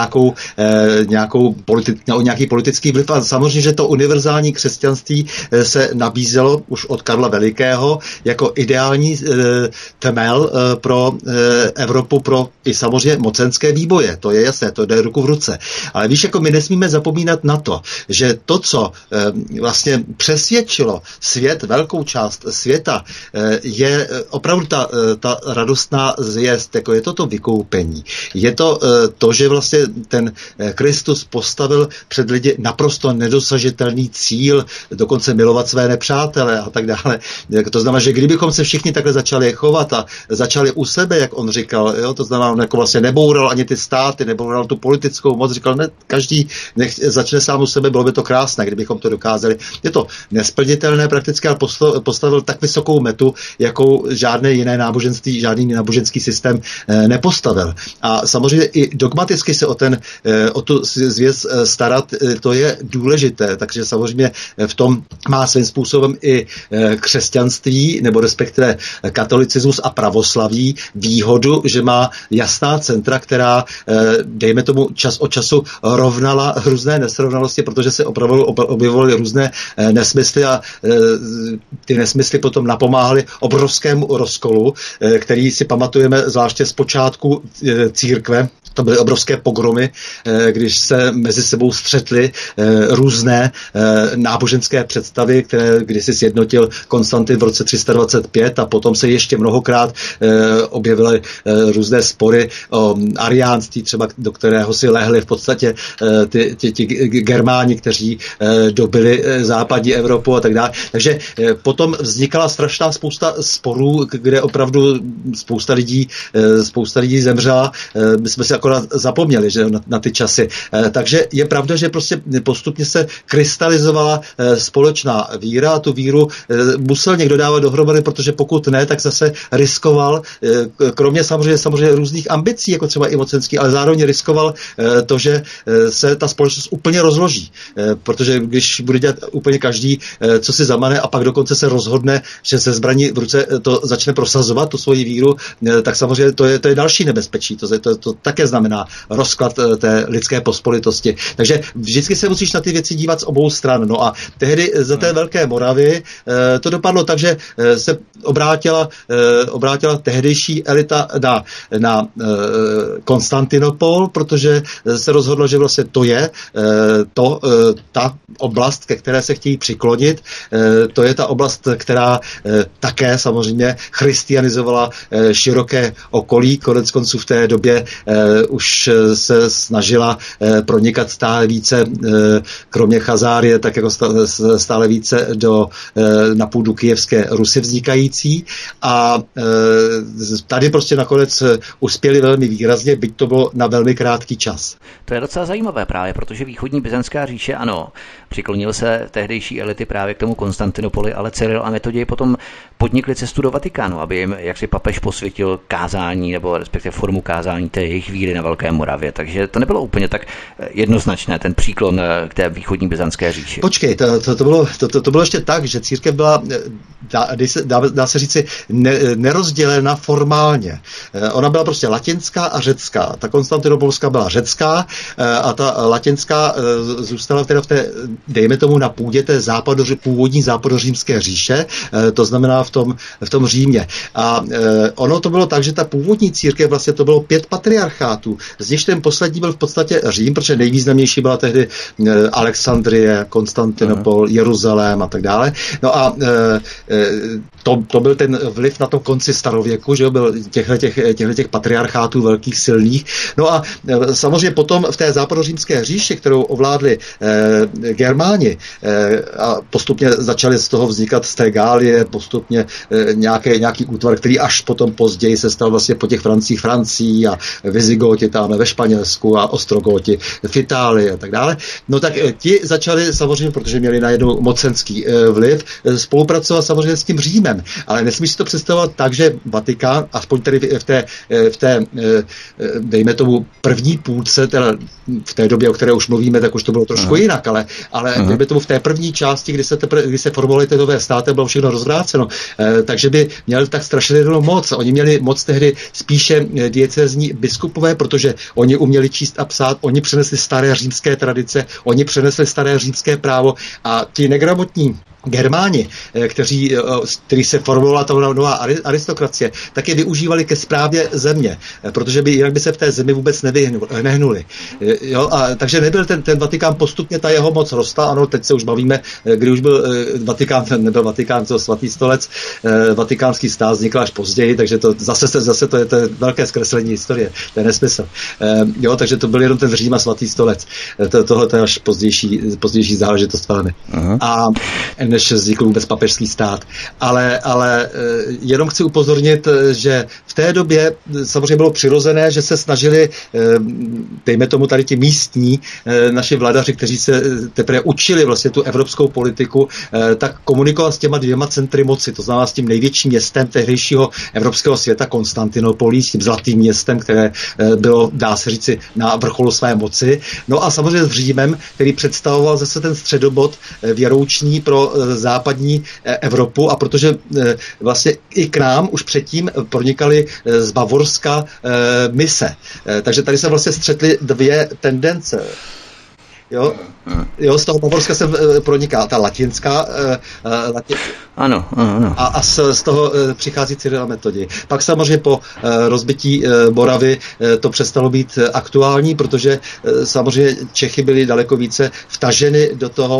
nějaký politický vliv. A samozřejmě, že to univerzální křesťanství se nabízelo už od Karla Velikého jako ideální temel pro Evropu, pro i samozřejmě mocenské výboje. To je jasné, to jde ruku v ruce. Ale víš, jako my nesmíme zapomínat na to, že to, co vlastně přesvědčilo svět, velkou část světa, je opravdu ta radostná zvěst, jako je to vykoupení. Je to, že vlastně ten Kristus postavil před lidi naprosto nedosažitelný cíl, dokonce milovat své nepřátele a tak dále. To znamená, že kdybychom se všichni takhle začali chovat a začali u sebe, jak on říkal, jo, to znamená, on jako vlastně neboural ani ty státy, neboural tu politickou moc, říkal, ne, každý začne sám u sebe, bylo by to krásné, kdybychom to dokázali. Je to nesplnitelné prakticky, ale postavil tak vysokou metu, jakou žádný náboženský systém nepostavil. A samozřejmě i dogmaticky se o tu zvěst starat, to je důležité, takže samozřejmě v tom má svým způsobem i křesťanství, nebo respektive katolicismus a pravoslaví výhodu, že má jasná centra, která, dejme tomu, čas od času rovnala různé nesrovnalosti, protože se opravdu objevovaly různé nesmysly a ty nesmysly potom napomáhaly obrovskému rozkolu, který si pamatujeme zvláště z počátku církve. To byly obrovské pogromy, když se mezi sebou střetly různé náboženské představy, které kdysi sjednotil Konstantin v roce 325 a potom se ještě mnohokrát objevily různé spory o ariánství, třeba do kterého si lehli v podstatě ti Germáni, kteří dobili západní Evropu a tak dále. Takže potom vznikala strašná spousta sporů, kde opravdu spousta lidí zemřela. My jsme si akorát zapomněli, že na ty časy. Takže je pravda, že prostě postupně se krystalizovala společná víra a tu víru musel někdo dávat dohromady, protože pokud ne, tak zase riskoval, kromě samozřejmě různých ambicí, jako třeba i mocenský, ale zároveň riskoval to, že se ta společnost úplně rozloží. Protože když bude dělat úplně každý, co si zamane a pak dokonce se rozhodne, že se zbraní v ruce to začne prosazovat, tu svoji víru, tak samozřejmě to je další nebezpečí. To také znamená rozklad té lidské pospolitosti. Takže vždycky se musíš na ty věci dívat z obou stran. No a tehdy za té Velké Moravy to dopadlo tak, že se obrátila tehdejší elita na Konstantinopol, protože se rozhodlo, že vlastně to je ta oblast, ke které se chtějí přiklonit. To je ta oblast, která také samozřejmě christianizovala široké okolí. Koneckonců v té době už se snažila pronikat stále více, kromě Chazárie, tak jako stále více na půdu Kyjevské Rusy vznikající. A tady prostě nakonec uspěli velmi výrazně, byť to bylo na velmi krátký čas. To je docela zajímavé právě, protože východní byzantská říše, ano, přiklonil se tehdejší elity právě k tomu Konstantinopoli, ale Cyril a Metoděj potom podnikli cestu do Vatikánu, aby jim jaksi papež posvětil kázání, nebo respektive formu kázání té jejich víry na Velké Moravě. Takže to nebylo úplně tak jednoznačné, ten příklon k té východní byzantské říši. Počkej, to bylo ještě tak, že církev byla, dá se říci, nerozdělena formálně. Ona byla prostě latinská a řecká. Ta konstantinopolská byla řecká a ta latinská zůstala teda v té, dejme tomu, na půdě té původní západořímské říše, to znamená v tom Římě. A ono to bylo tak, že ta původní církev, vlastně to bylo 5 patriarchátů. Z nich ten poslední byl v podstatě Řím, protože nejvýznamnější byla tehdy Alexandrie, Konstantinopol, Jeruzalém a tak dále. No a to byl ten vliv na tom konci starověku, že byl těchto patriarchátů velkých, silných. No a samozřejmě potom v té západořímské říši, kterou ovládli Germáni a postupně začaly z toho vznikat z té Gálie, postupně vlastně nějaký útvar, který až potom později se stal vlastně po těch Francii a Vizigoti tam ve Španělsku a Ostrogoti v Itálii a tak dále. No tak ti začali samozřejmě, protože měli najednou mocenský vliv, spolupracovat samozřejmě s tím Římem, ale nesmí si to představovat tak, že Vatikán, aspoň tedy v té dejme tomu první půlce, teda v té době, o které už mluvíme, tak už to bylo trošku jinak, ale dejme tomu v té první části, kdy se formovaly ty nové státy, bylo všechno rozvráceno, takže by měli tak strašidelnou moc. Oni měli moc tehdy spíše diecézní biskupové, protože oni uměli číst a psát, oni přenesli staré římské tradice, oni přenesli staré římské právo a ti negramotní Germáni, který se formovala ta nová aristokracie, tak je využívali ke správě země, protože jinak by se v té zemi vůbec nehnuli. Takže nebyl ten Vatikán, postupně ta jeho moc rostla, ano, teď se už bavíme, kdy už byl Vatikán, nebyl Vatikán, to svatý stolec, vatikánský stát vznikl až později, takže to zase to je velké zkreslení historie, to je nesmysl. Takže to byl jenom ten Řím a svatý stolec. Tohle je až pozdější záležitost velmi. A než vznikl vůbec papežský stát. Ale jenom chci upozornit, že v té době samozřejmě bylo přirozené, že se snažili, dejme tomu tady ti místní naši vladaři, kteří se teprve učili vlastně tu evropskou politiku, tak komunikovat s těma dvěma centry moci, to znamená s tím největším městem tehdejšího evropského světa, Konstantinopolí, s tím zlatým městem, které bylo, dá se říci, na vrcholu své moci. No a samozřejmě s Římem, který představoval zase ten středobod věroučný pro západní Evropu, a protože vlastně i k nám už předtím pronikaly z Bavorska mise. Takže tady se vlastně střetly dvě tendence. Jo, z toho Bavorska se proniká ta latinská ano. A z toho přichází Cyril a Metodij. Pak samozřejmě po rozbití Moravy to přestalo být aktuální, protože samozřejmě Čechy byly daleko více vtaženy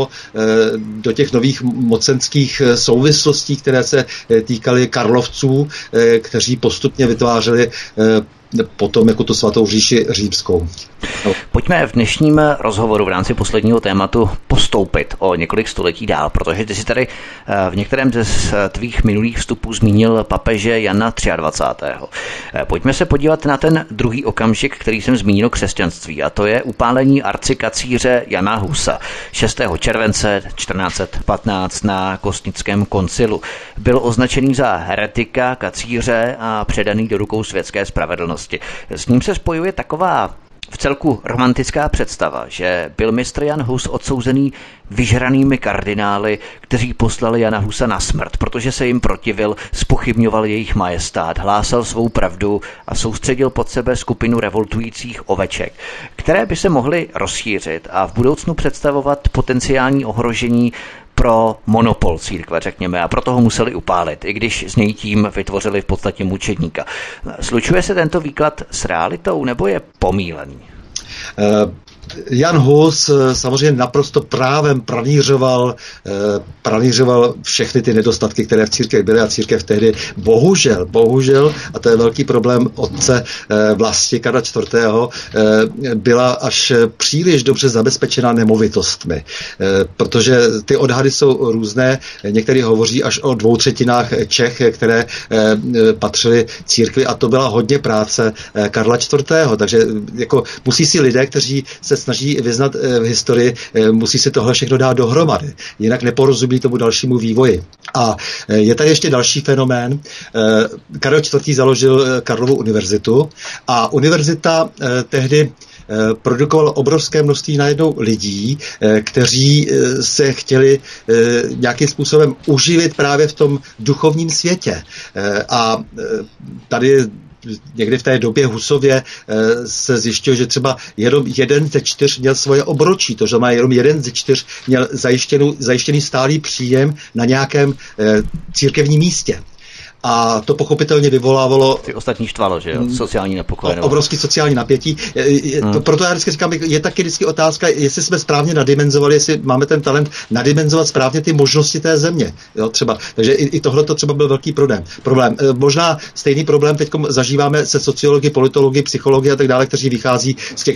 do těch nových mocenských souvislostí, které se týkaly Karlovců, kteří postupně vytvářeli potom jako tu svatou říši římskou. No. Pojďme v dnešním rozhovoru v rámci posledního tématu postoupit o několik století dál, protože ty si tady v některém ze tvých minulých vstupů zmínil papeže Jana 23. Pojďme se podívat na ten druhý okamžik, který jsem zmínil, křesťanství, a to je upálení arcikacíře Jana Husa 6. července 1415 na Kostnickém koncilu. Byl označený za heretika, kacíře a předaný do rukou světské spravedlnosti. S ním se spojuje taková vcelku romantická představa, že byl mistr Jan Hus odsouzený vyžranými kardinály, kteří poslali Jana Husa na smrt, protože se jim protivil, zpochybňoval jejich majestát, hlásal svou pravdu a soustředil pod sebe skupinu revoltujících oveček, které by se mohly rozšířit a v budoucnu představovat potenciální ohrožení pro monopol církve, řekněme, a proto ho museli upálit, i když s něj tím vytvořili v podstatě mučedníka. Slučuje se tento výklad s realitou, nebo je pomýlený? Jan Hus samozřejmě naprosto právem pranířoval všechny ty nedostatky, které v církvi byly, a církev tehdy bohužel, a to je velký problém otce vlasti Karla IV., byla až příliš dobře zabezpečená nemovitostmi, protože ty odhady jsou různé, některý hovoří až o 2/3 Čech, které patřily církvi, a to byla hodně práce Karla IV., takže jako musí si lidé, kteří se snaží vyznat v historii, musí si tohle všechno dát dohromady. Jinak neporozumí tomu dalšímu vývoji. A je tady ještě další fenomén. Karel IV. Založil Karlovu univerzitu a univerzita tehdy produkoval obrovské množství najednou lidí, kteří se chtěli nějakým způsobem uživit právě v tom duchovním světě. A tady někdy v té době Husově se zjišťuje, že třeba jenom 1 ze 4 měl svoje obročí, to znamená jenom 1 ze 4 měl zajištěný stálý příjem na nějakém církevním místě. A to pochopitelně vyvolávalo... Ty ostatní štvalo, že jo? Sociální nepokoj. Obrovský sociální napětí. Proto já vždycky říkám, je taky vždycky otázka, jestli jsme správně nadimenzovali, jestli máme ten talent nadimenzovat správně ty možnosti té země. Jo, třeba. Takže i tohle to třeba byl velký problém. Možná stejný problém teď zažíváme se sociology, politology, psychologi a tak dále, kteří vychází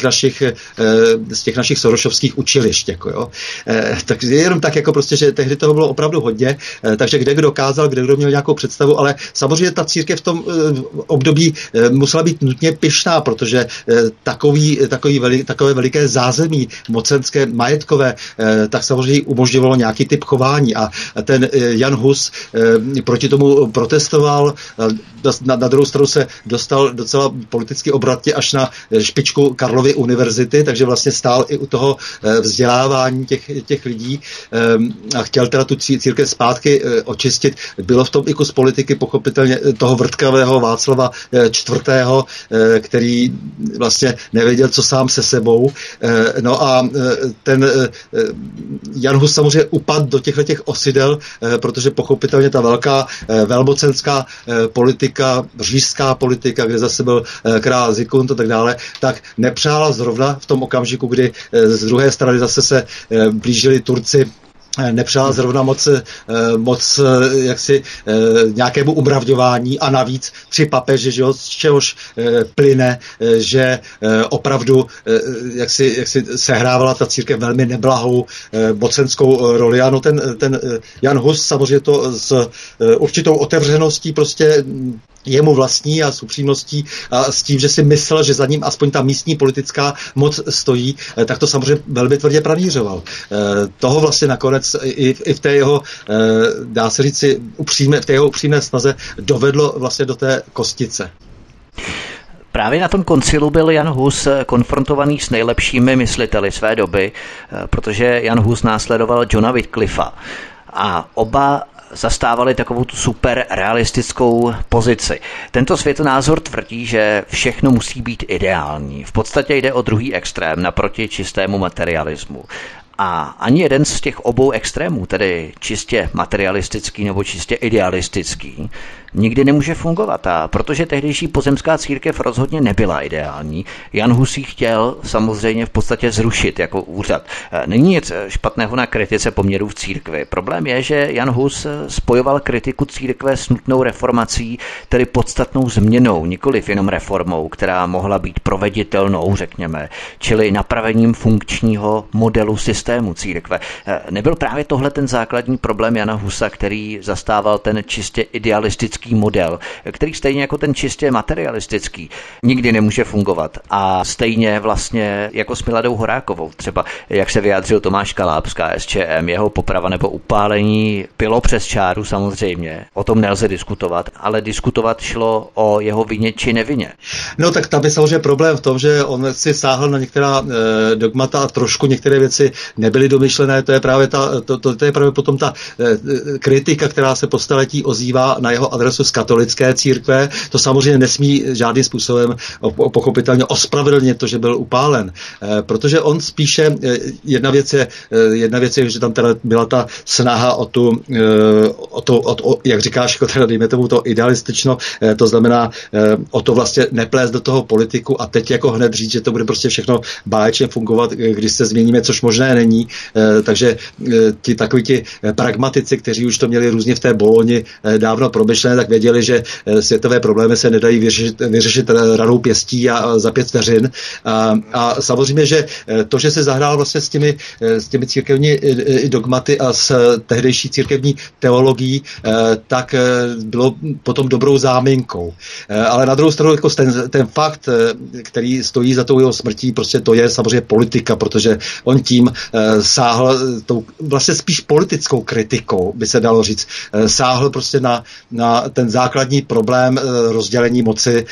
z těch našich sorošovských učilišť. Jako, jo. Takže jenom tak, jako prostě, že tehdy toho bylo opravdu hodně, takže kde kdo dokázal, kde kdo měl nějakou představu, ale samozřejmě ta církev v tom období musela být nutně pyšná, protože takové veliké zázemí mocenské, majetkové, tak samozřejmě umožňovalo nějaký typ chování a ten Jan Hus proti tomu protestoval, na druhou stranu se dostal docela politicky obratně až na špičku Karlovy univerzity, takže vlastně stál i u toho vzdělávání těch lidí a chtěl teda tu církev zpátky očistit. Bylo v tom i kus politiky, pochopitelně toho vrtkavého Václava IV., který vlastně nevěděl, co sám se sebou. No a ten Jan Hus samozřejmě upadl do těchto osidel, protože pochopitelně ta velká velmocenská politika, říšská politika, kde zase byl král Zikmund a tak dále, tak nepřála zrovna v tom okamžiku, kdy z druhé strany zase se blížili Turci, nepřála zrovna moc jaksi nějakému umravňování a navíc při papeži, že jo, z čehož plyne, že opravdu jaksi sehrávala ta církev velmi neblahou mocenskou roli. Ano, ten Jan Hus samozřejmě to s určitou otevřeností prostě jemu vlastní a s upřímností a s tím, že si myslel, že za ním aspoň ta místní politická moc stojí, tak to samozřejmě velmi tvrdě pranířoval. Toho vlastně nakonec i v té jeho, dá se říci, v té jeho upřímné snaze dovedlo vlastně do té kostice. Právě na tom koncilu byl Jan Hus konfrontovaný s nejlepšími mysliteli své doby, protože Jan Hus následoval Johna Wycliffa a oba zastávali takovou tu super realistickou pozici. Tento světonázor tvrdí, že všechno musí být ideální. V podstatě jde o druhý extrém naproti čistému materialismu. A ani jeden z těch obou extrémů, tedy čistě materialistický nebo čistě idealistický, nikdy nemůže fungovat. A protože tehdejší pozemská církev rozhodně nebyla ideální, Jan Hus ji chtěl samozřejmě v podstatě zrušit jako úřad. Není nic špatného na kritice poměrů v církvi. Problém je, že Jan Hus spojoval kritiku církve s nutnou reformací, tedy podstatnou změnou, nikoliv jenom reformou, která mohla být proveditelnou, řekněme, čili napravením funkčního modelu systému církve. Nebyl právě tohle ten základní problém Jana Husa, který zastával ten čistě idealistický model, který stejně jako ten čistě materialistický nikdy nemůže fungovat. A stejně vlastně jako s Miladou Horákovou, třeba jak se vyjádřil Tomáš Kaláb z KSČM, jeho poprava nebo upálení bylo přes čáru samozřejmě. O tom nelze diskutovat, ale diskutovat šlo o jeho vině či nevině. No tak tam je samozřejmě problém v tom, že on si sáhl na některá dogmata a trošku některé věci nebyly domyšlené. To je právě potom ta kritika, která se po staletí ozývá na jeho adresu z katolické církve. To samozřejmě nesmí žádným způsobem pochopitelně ospravedlnit to, že byl upálen. Protože on spíše, jedna věc je, že tam teda byla ta snaha o jak říkáš, jako teda dejme tomu to idealistično, to znamená o to vlastně neplést do toho politiku a teď jako hned říct, že to bude prostě všechno báječně fungovat, když se změníme, což možné není. Takže takoví ti pragmatici, kteří už to měli různě v té Boloni dávno promyšlené, tak věděli, že světové problémy se nedají vyřešit ranou pěstí a za 5 vteřin. A samozřejmě, že to, že se zahrál vlastně s těmi církevní dogmaty a s tehdejší církevní teologií, tak bylo potom dobrou záminkou. Ale na druhou stranu jako ten fakt, který stojí za tou jeho smrtí, prostě to je samozřejmě politika, protože on tím sáhl tou vlastně spíš politickou kritikou, by se dalo říct, sáhl prostě na ten základní problém rozdělení moci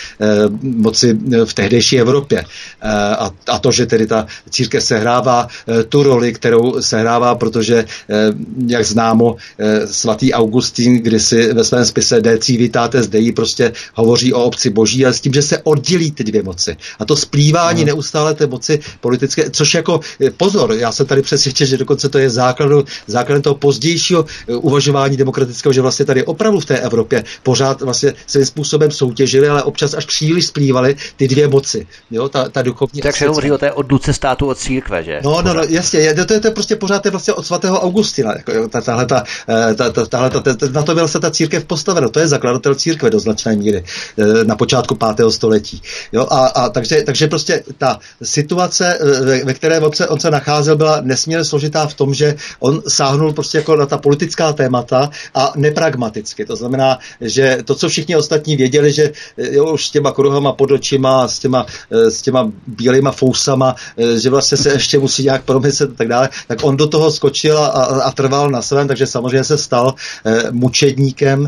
v tehdejší Evropě. A to, že tedy ta církev sehrává tu roli, kterou sehrává, protože, jak známo, svatý Augustín, kdysi ve svém spise De Civitatis Dei prostě hovoří o obci boží a s tím, že se oddělí ty dvě moci. A to splývání neustále té moci politické, což jako pozor, já jsem tady přesvědčen, že dokonce to je základem toho pozdějšího uvažování demokratického, že vlastně tady opravdu v té Evropě že pořád vlastně svým způsobem soutěžili, ale občas až příliš splývaly ty dvě moci. Jo, ta duchovní. Tak se hovoří o té odluce státu od církve, že? No, jasně, to je prostě pořád vlastně od svatého Augustina. Jako, na to byla se ta církev postavena. To je zakladatel církve do značné míry na počátku 5. století. Jo, takže prostě ta situace, ve které on se nacházel, byla nesmírně složitá v tom, že on sáhnul prostě jako na ta politická témata a nepragmaticky. To znamená, že to, co všichni ostatní věděli, že jo, už s těma kruhama pod očima, s těma bílýma fousama, že vlastně se ještě musí nějak promyslet a tak dále, tak on do toho skočil a trval na svém, takže samozřejmě se stal mučedníkem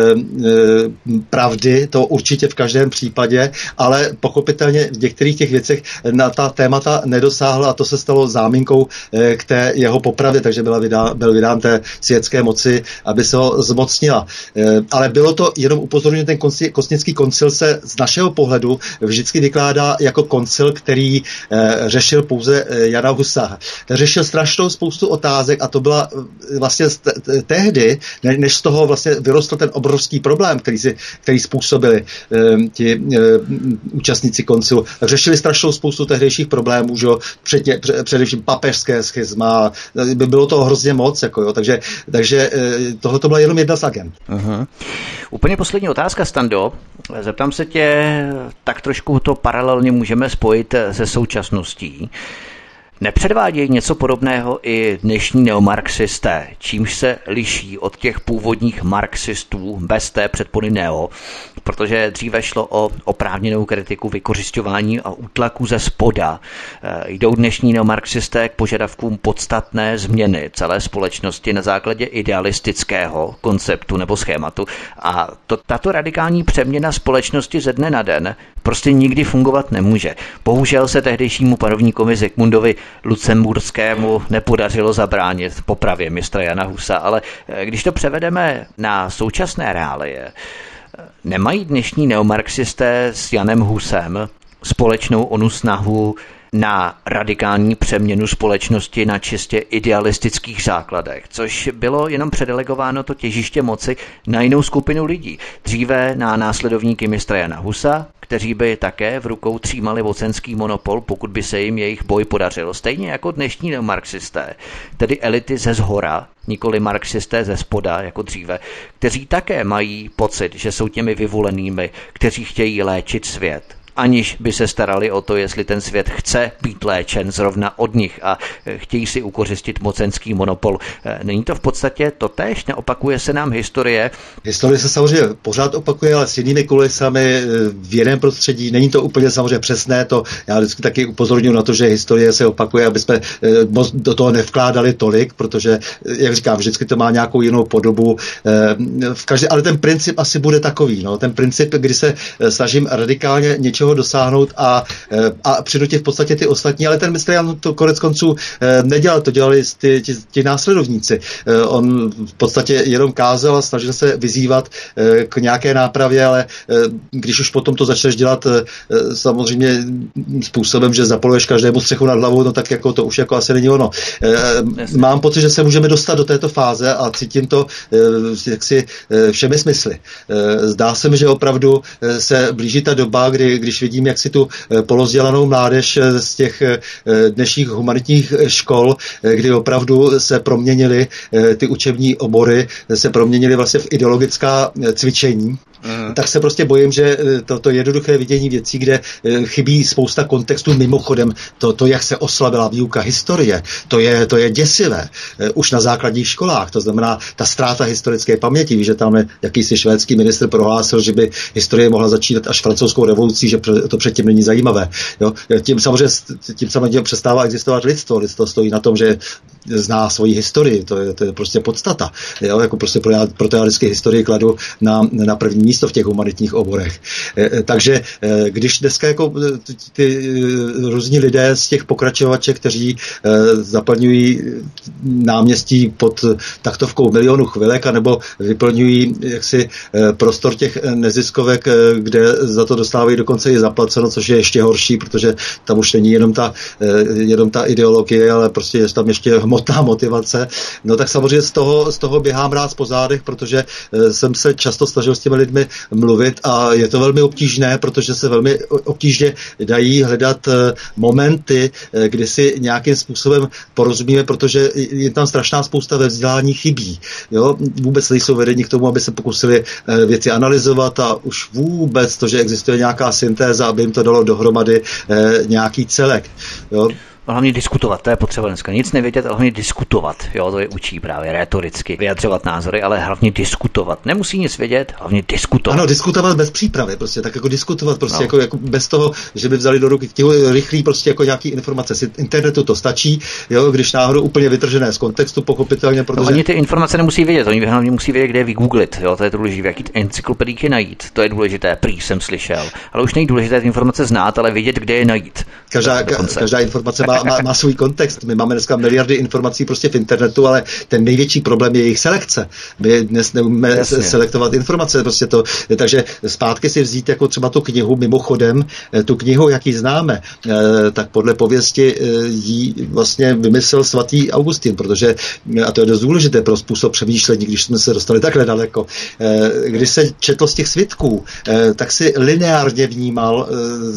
pravdy, to určitě v každém případě, ale pochopitelně v některých těch věcech na ta témata nedosáhl a to se stalo záminkou k té jeho popravě, takže byl vydán té světské moci, aby se ho zmocnila. Ale bylo to jenom upozornění, ten Kostnický koncil se z našeho pohledu vždycky vykládá jako koncil, který řešil pouze Jana Husa. Řešil strašnou spoustu otázek a to byla vlastně tehdy, než z toho vlastně vyrostl ten obrovský problém, který způsobili ti účastníci koncilu. Řešili strašnou spoustu tehdejších problémů, že? Především papežské schizma, bylo toho hrozně moc, jako jo, takže tohle to byla jenom jedna z agent. Uh-huh. Úplně poslední otázka, Stando. Zeptám se tě, tak trošku to paralelně můžeme spojit se současností. Nepředvádějí něco podobného i dnešní neomarxisté, čímž se liší od těch původních marxistů bez té předpony neo, protože dříve šlo o oprávněnou kritiku vykořisťování a útlaku ze spoda. Jdou dnešní neomarxisté k požadavkům podstatné změny celé společnosti na základě idealistického konceptu nebo schématu a tato radikální přeměna společnosti ze dne na den prostě nikdy fungovat nemůže. Bohužel se tehdejšímu panovníkovi Zikmundovi Lucemburskému nepodařilo zabránit popravě mistra Jana Husa, ale když to převedeme na současné reálie, nemají dnešní neomarxisté s Janem Husem společnou onu snahu na radikální přeměnu společnosti na čistě idealistických základech, což bylo jenom předelegováno to těžiště moci na jinou skupinu lidí. Dříve na následovníky mistra Jana Husa, kteří by také v rukou třímali mocenský monopol, pokud by se jim jejich boj podařil. Stejně jako dnešní neomarxisté, tedy elity ze zhora, nikoli marxisté ze spoda, jako dříve, kteří také mají pocit, že jsou těmi vyvolenými, kteří chtějí léčit svět, aniž by se starali o to, jestli ten svět chce být léčen zrovna od nich a chtějí si ukořistit mocenský monopol. Není to v podstatě totéž? Neopakuje se nám historie? Historie se samozřejmě pořád opakuje, ale s jinými kulisami v jiném prostředí. Není to úplně samozřejmě přesné. Já vždycky taky upozorňuji na to, že historie se opakuje, aby jsme do toho nevkládali tolik, protože, jak říkám, vždycky to má nějakou jinou podobu. Ale ten princip asi bude takový. No. Ten princip, kdy se snažím radikálně něčeho dosáhnout a přinutit v podstatě ty ostatní, ale ten mistr Jan to konec konců nedělal, to dělali ti následovníci. On v podstatě jenom kázal a snažil se vyzývat k nějaké nápravě, ale když už potom to začneš dělat samozřejmě způsobem, že zapaluješ každému střechu nad hlavou, no tak jako to už jako asi není ono. Mám pocit, že se můžeme dostat do této fáze a cítím to jaksi všemi smysly. Zdá se mi, že opravdu se blíží ta doba, když vidím, jak si tu polozdělanou mládež z těch dnešních humanitních škol, kdy opravdu se proměnily ty učební obory, se proměnily vlastně v ideologická cvičení, tak se prostě bojím, že to jednoduché vidění věcí, kde chybí spousta kontextu, mimochodem to jak se oslabila výuka historie, to je děsivé. Už na základních školách, to znamená ta ztráta historické paměti. Víš, že tam jakýsi švédský ministr prohlásil, že by historie mohla začínat až francouzskou revolucí, že to předtím není zajímavé. Jo? Tím samozřejmě přestává existovat lidstvo. Lidstvo stojí na tom, že zná svoji historii, to je prostě podstata. Jo? Jako prostě proto já vždycky historii kladu na první místo v těch humanitních oborech. Takže když dneska jako ty různí lidé z těch pokračovaček, kteří zaplňují náměstí pod taktovkou milionu chvilek, anebo vyplňují jaksi prostor těch neziskovek, kde za to dostávají dokonce i zaplaceno, což je ještě horší, protože tam už není jenom ta ideologie, ale prostě je tam ještě hmotná motivace, no tak samozřejmě z toho běhám rád po zádech, protože jsem se často snažil s těmi lidmi mluvit a je to velmi obtížné, protože se velmi obtížně dají hledat momenty, kdy si nějakým způsobem porozumíme, protože je tam strašná spousta ve vzdělání chybí. Jo? Vůbec nejsou vedeni k tomu, aby se pokusili věci analyzovat a už vůbec to, že existuje nějaká syntéza, aby jim to dalo dohromady nějaký celek. Jo? Hlavně diskutovat, to je potřeba dneska. Nic nevědět, ale hlavně diskutovat. Jo, to je učí právě rétoricky vyjadřovat názory, ale hlavně diskutovat. Nemusí nic vědět, hlavně diskutovat. Ano, diskutovat bez přípravy, prostě tak jako diskutovat, prostě no. jako bez toho, že by vzali do ruky rychlý prostě jako nějaký informace. Z internetu to stačí, jo, když náhodou úplně vytržené z kontextu, pochopitelně, protože oni ty informace nemusí vědět, oni hlavně musí vědět, kde je vygooglit, jo, to je důležité, v jaký encyklopedii je najít. To je důležité, prý jsem slyšel. Ale už není důležité ty informace znát, ale vědět, kde je najít. Každá informace má svůj kontext. My máme dneska miliardy informací prostě v internetu, ale ten největší problém je jejich selekce. My dnes neumíme selektovat informace, prostě to. Takže zpátky si vzít jako třeba tu knihu, mimochodem, tu knihu, jak ji známe, tak podle pověsti ji vlastně vymyslel svatý Augustin, protože, a to je dost důležité pro způsob přemýšlení, když jsme se dostali takhle daleko, když se četlo z těch svitků, tak si lineárně vnímal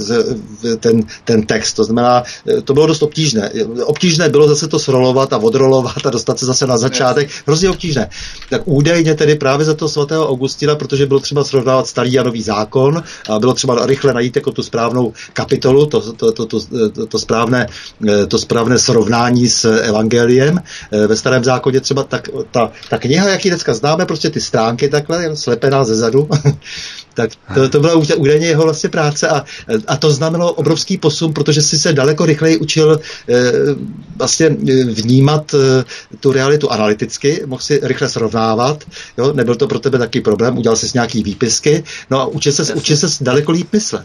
ten text. To znamená, to bylo dost obtížné. Obtížné bylo zase to srolovat a odrolovat a dostat se zase na začátek. Hrozně obtížné. Tak údajně tedy právě za toho svatého Augustina, protože bylo třeba srovnávat starý a nový zákon a bylo třeba rychle najít jako tu správnou kapitolu, to správné srovnání s evangeliem. Ve starém zákoně třeba ta kniha, jak ji dneska známe, prostě ty stránky takhle, slepená zezadu, tak to byla údajně jeho vlastně práce a to znamenalo obrovský posun, protože si se daleko rychleji učil vlastně vnímat tu realitu analyticky, mohl si rychle srovnávat, jo? Nebyl to pro tebe taky problém, udělal si nějaký výpisky, no a učil se daleko líp myslet.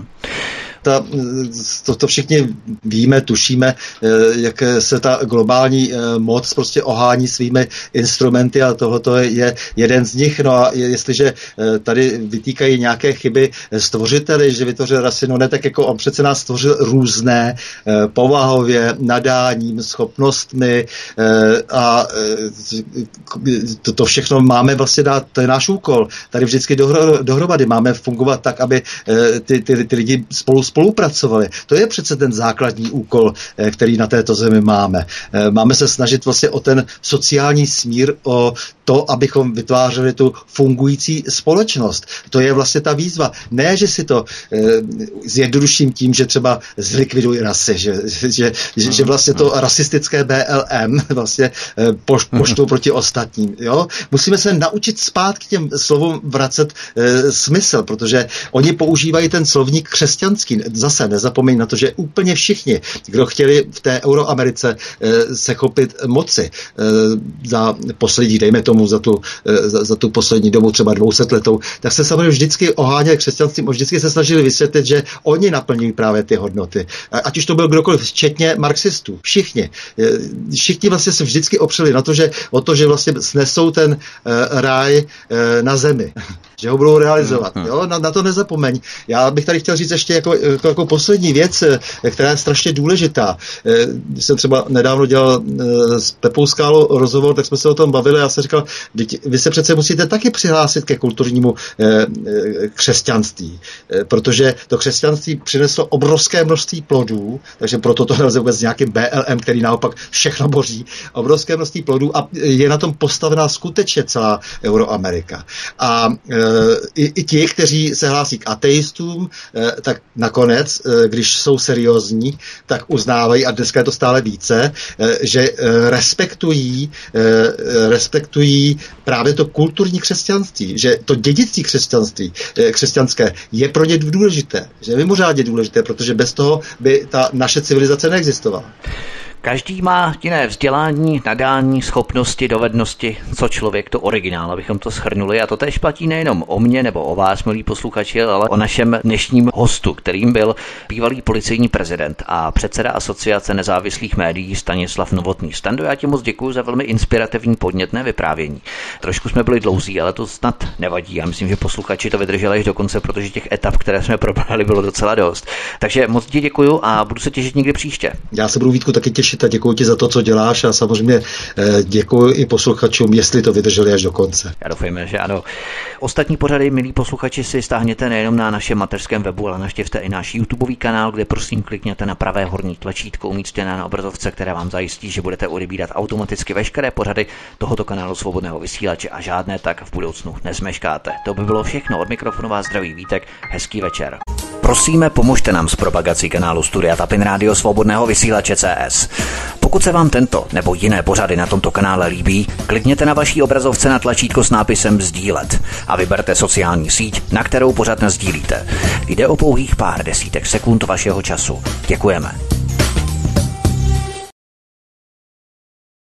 To všichni víme, tušíme, jak se ta globální moc prostě ohání svými instrumenty a tohoto je jeden z nich. No a jestliže tady vytýkají nějaké chyby stvořiteli, že vytvořil rasy, no ne, tak jako on přece nás stvořil různé povahově, nadáním, schopnostmi a to všechno máme vlastně dát, to je náš úkol. Tady vždycky dohromady máme fungovat tak, aby ty lidi spolupracovali. To je přece ten základní úkol, který na této zemi máme. Máme se snažit vlastně o ten sociální smír, o to, abychom vytvářeli tu fungující společnost. To je vlastně ta výzva. Ne, že si to zjednoduším tím, že třeba zlikvidují rasy, že vlastně to rasistické BLM vlastně poštou proti ostatním. Jo? Musíme se naučit zpátky těm slovům vracet smysl, protože oni používají ten slovník křesťanský. Zase nezapomeň na to, že úplně všichni, kdo chtěli v té Euroamerice se chopit moci za poslední, dejme tomu, za tu poslední dobu, třeba 200 letou, tak se samozřejmě vždycky oháněli křesťanstvím, vždycky se snažili vysvětlit, že oni naplňují právě ty hodnoty. Ať už to byl kdokoliv, včetně marxistů. Všichni vlastně se vždycky opřeli na to, že vlastně snesou ten ráj na zemi. Že ho budou realizovat. Jo? Na to nezapomeň. Já bych tady chtěl říct ještě jako poslední věc, která je strašně důležitá. Když jsem třeba nedávno dělal s Pepou Skálou rozhovor, tak jsme se o tom bavili a já jsem říkal, vy se přece musíte taky přihlásit ke kulturnímu křesťanství, protože to křesťanství přineslo obrovské množství plodů, takže proto to nelze vůbec s nějakým BLM, který naopak všechno boří, obrovské množství plodů a je na tom postavená skutečně celá Euroamerika. A i ti, kteří se hlásí k ateistům, tak nakonec, když jsou seriózní, tak uznávají, a dneska je to stále více, že respektují právě to kulturní křesťanství, že to dědictví křesťanské je pro ně důležité, že je mimořádně důležité, protože bez toho by ta naše civilizace neexistovala. Každý má jiné vzdělání, nadání, schopnosti, dovednosti, co člověk, to originál, abychom to shrnuli. A to též platí nejenom o mně nebo o vás, milí posluchači, ale o našem dnešním hostu, kterým byl bývalý policejní prezident a předseda Asociace nezávislých médií Stanislav Novotný. Stando, já ti moc děkuji za velmi inspirativní podnětné vyprávění. Trošku jsme byli dlouzí, ale to snad nevadí. Já myslím, že posluchači to vydrželi až do konce, protože těch etap, které jsme probrali, bylo docela dost. Takže moc ti děkuji a budu se těšit někdy příště. Já se budu, Vítku, taky těšit potěšit a děkuji ti za to, co děláš a samozřejmě děkuji i posluchačům, jestli to vydrželi až do konce. Já doufejme, že ano. Ostatní pořady, milí posluchači, si stáhněte nejenom na našem mateřském webu, ale navštivte i náš YouTubeový kanál, kde prosím klikněte na pravé horní tlačítko umístěné na obrazovce, které vám zajistí, že budete odebírat automaticky veškeré pořady tohoto kanálu Svobodného vysílače a žádné tak v budoucnu nezmeškáte. To by bylo všechno. Od mikrofonu vás zdraví Vítek. Hezký večer. Prosíme, pomožte nám s propagací kanálu Studia Tapin Rádio Svobodného vysílače CS. Pokud se vám tento nebo jiné pořady na tomto kanále líbí, klikněte na vaší obrazovce na tlačítko s nápisem sdílet a vyberte sociální síť, na kterou pořad nasdílíte. Jde o pouhých pár desítek sekund vašeho času. Děkujeme.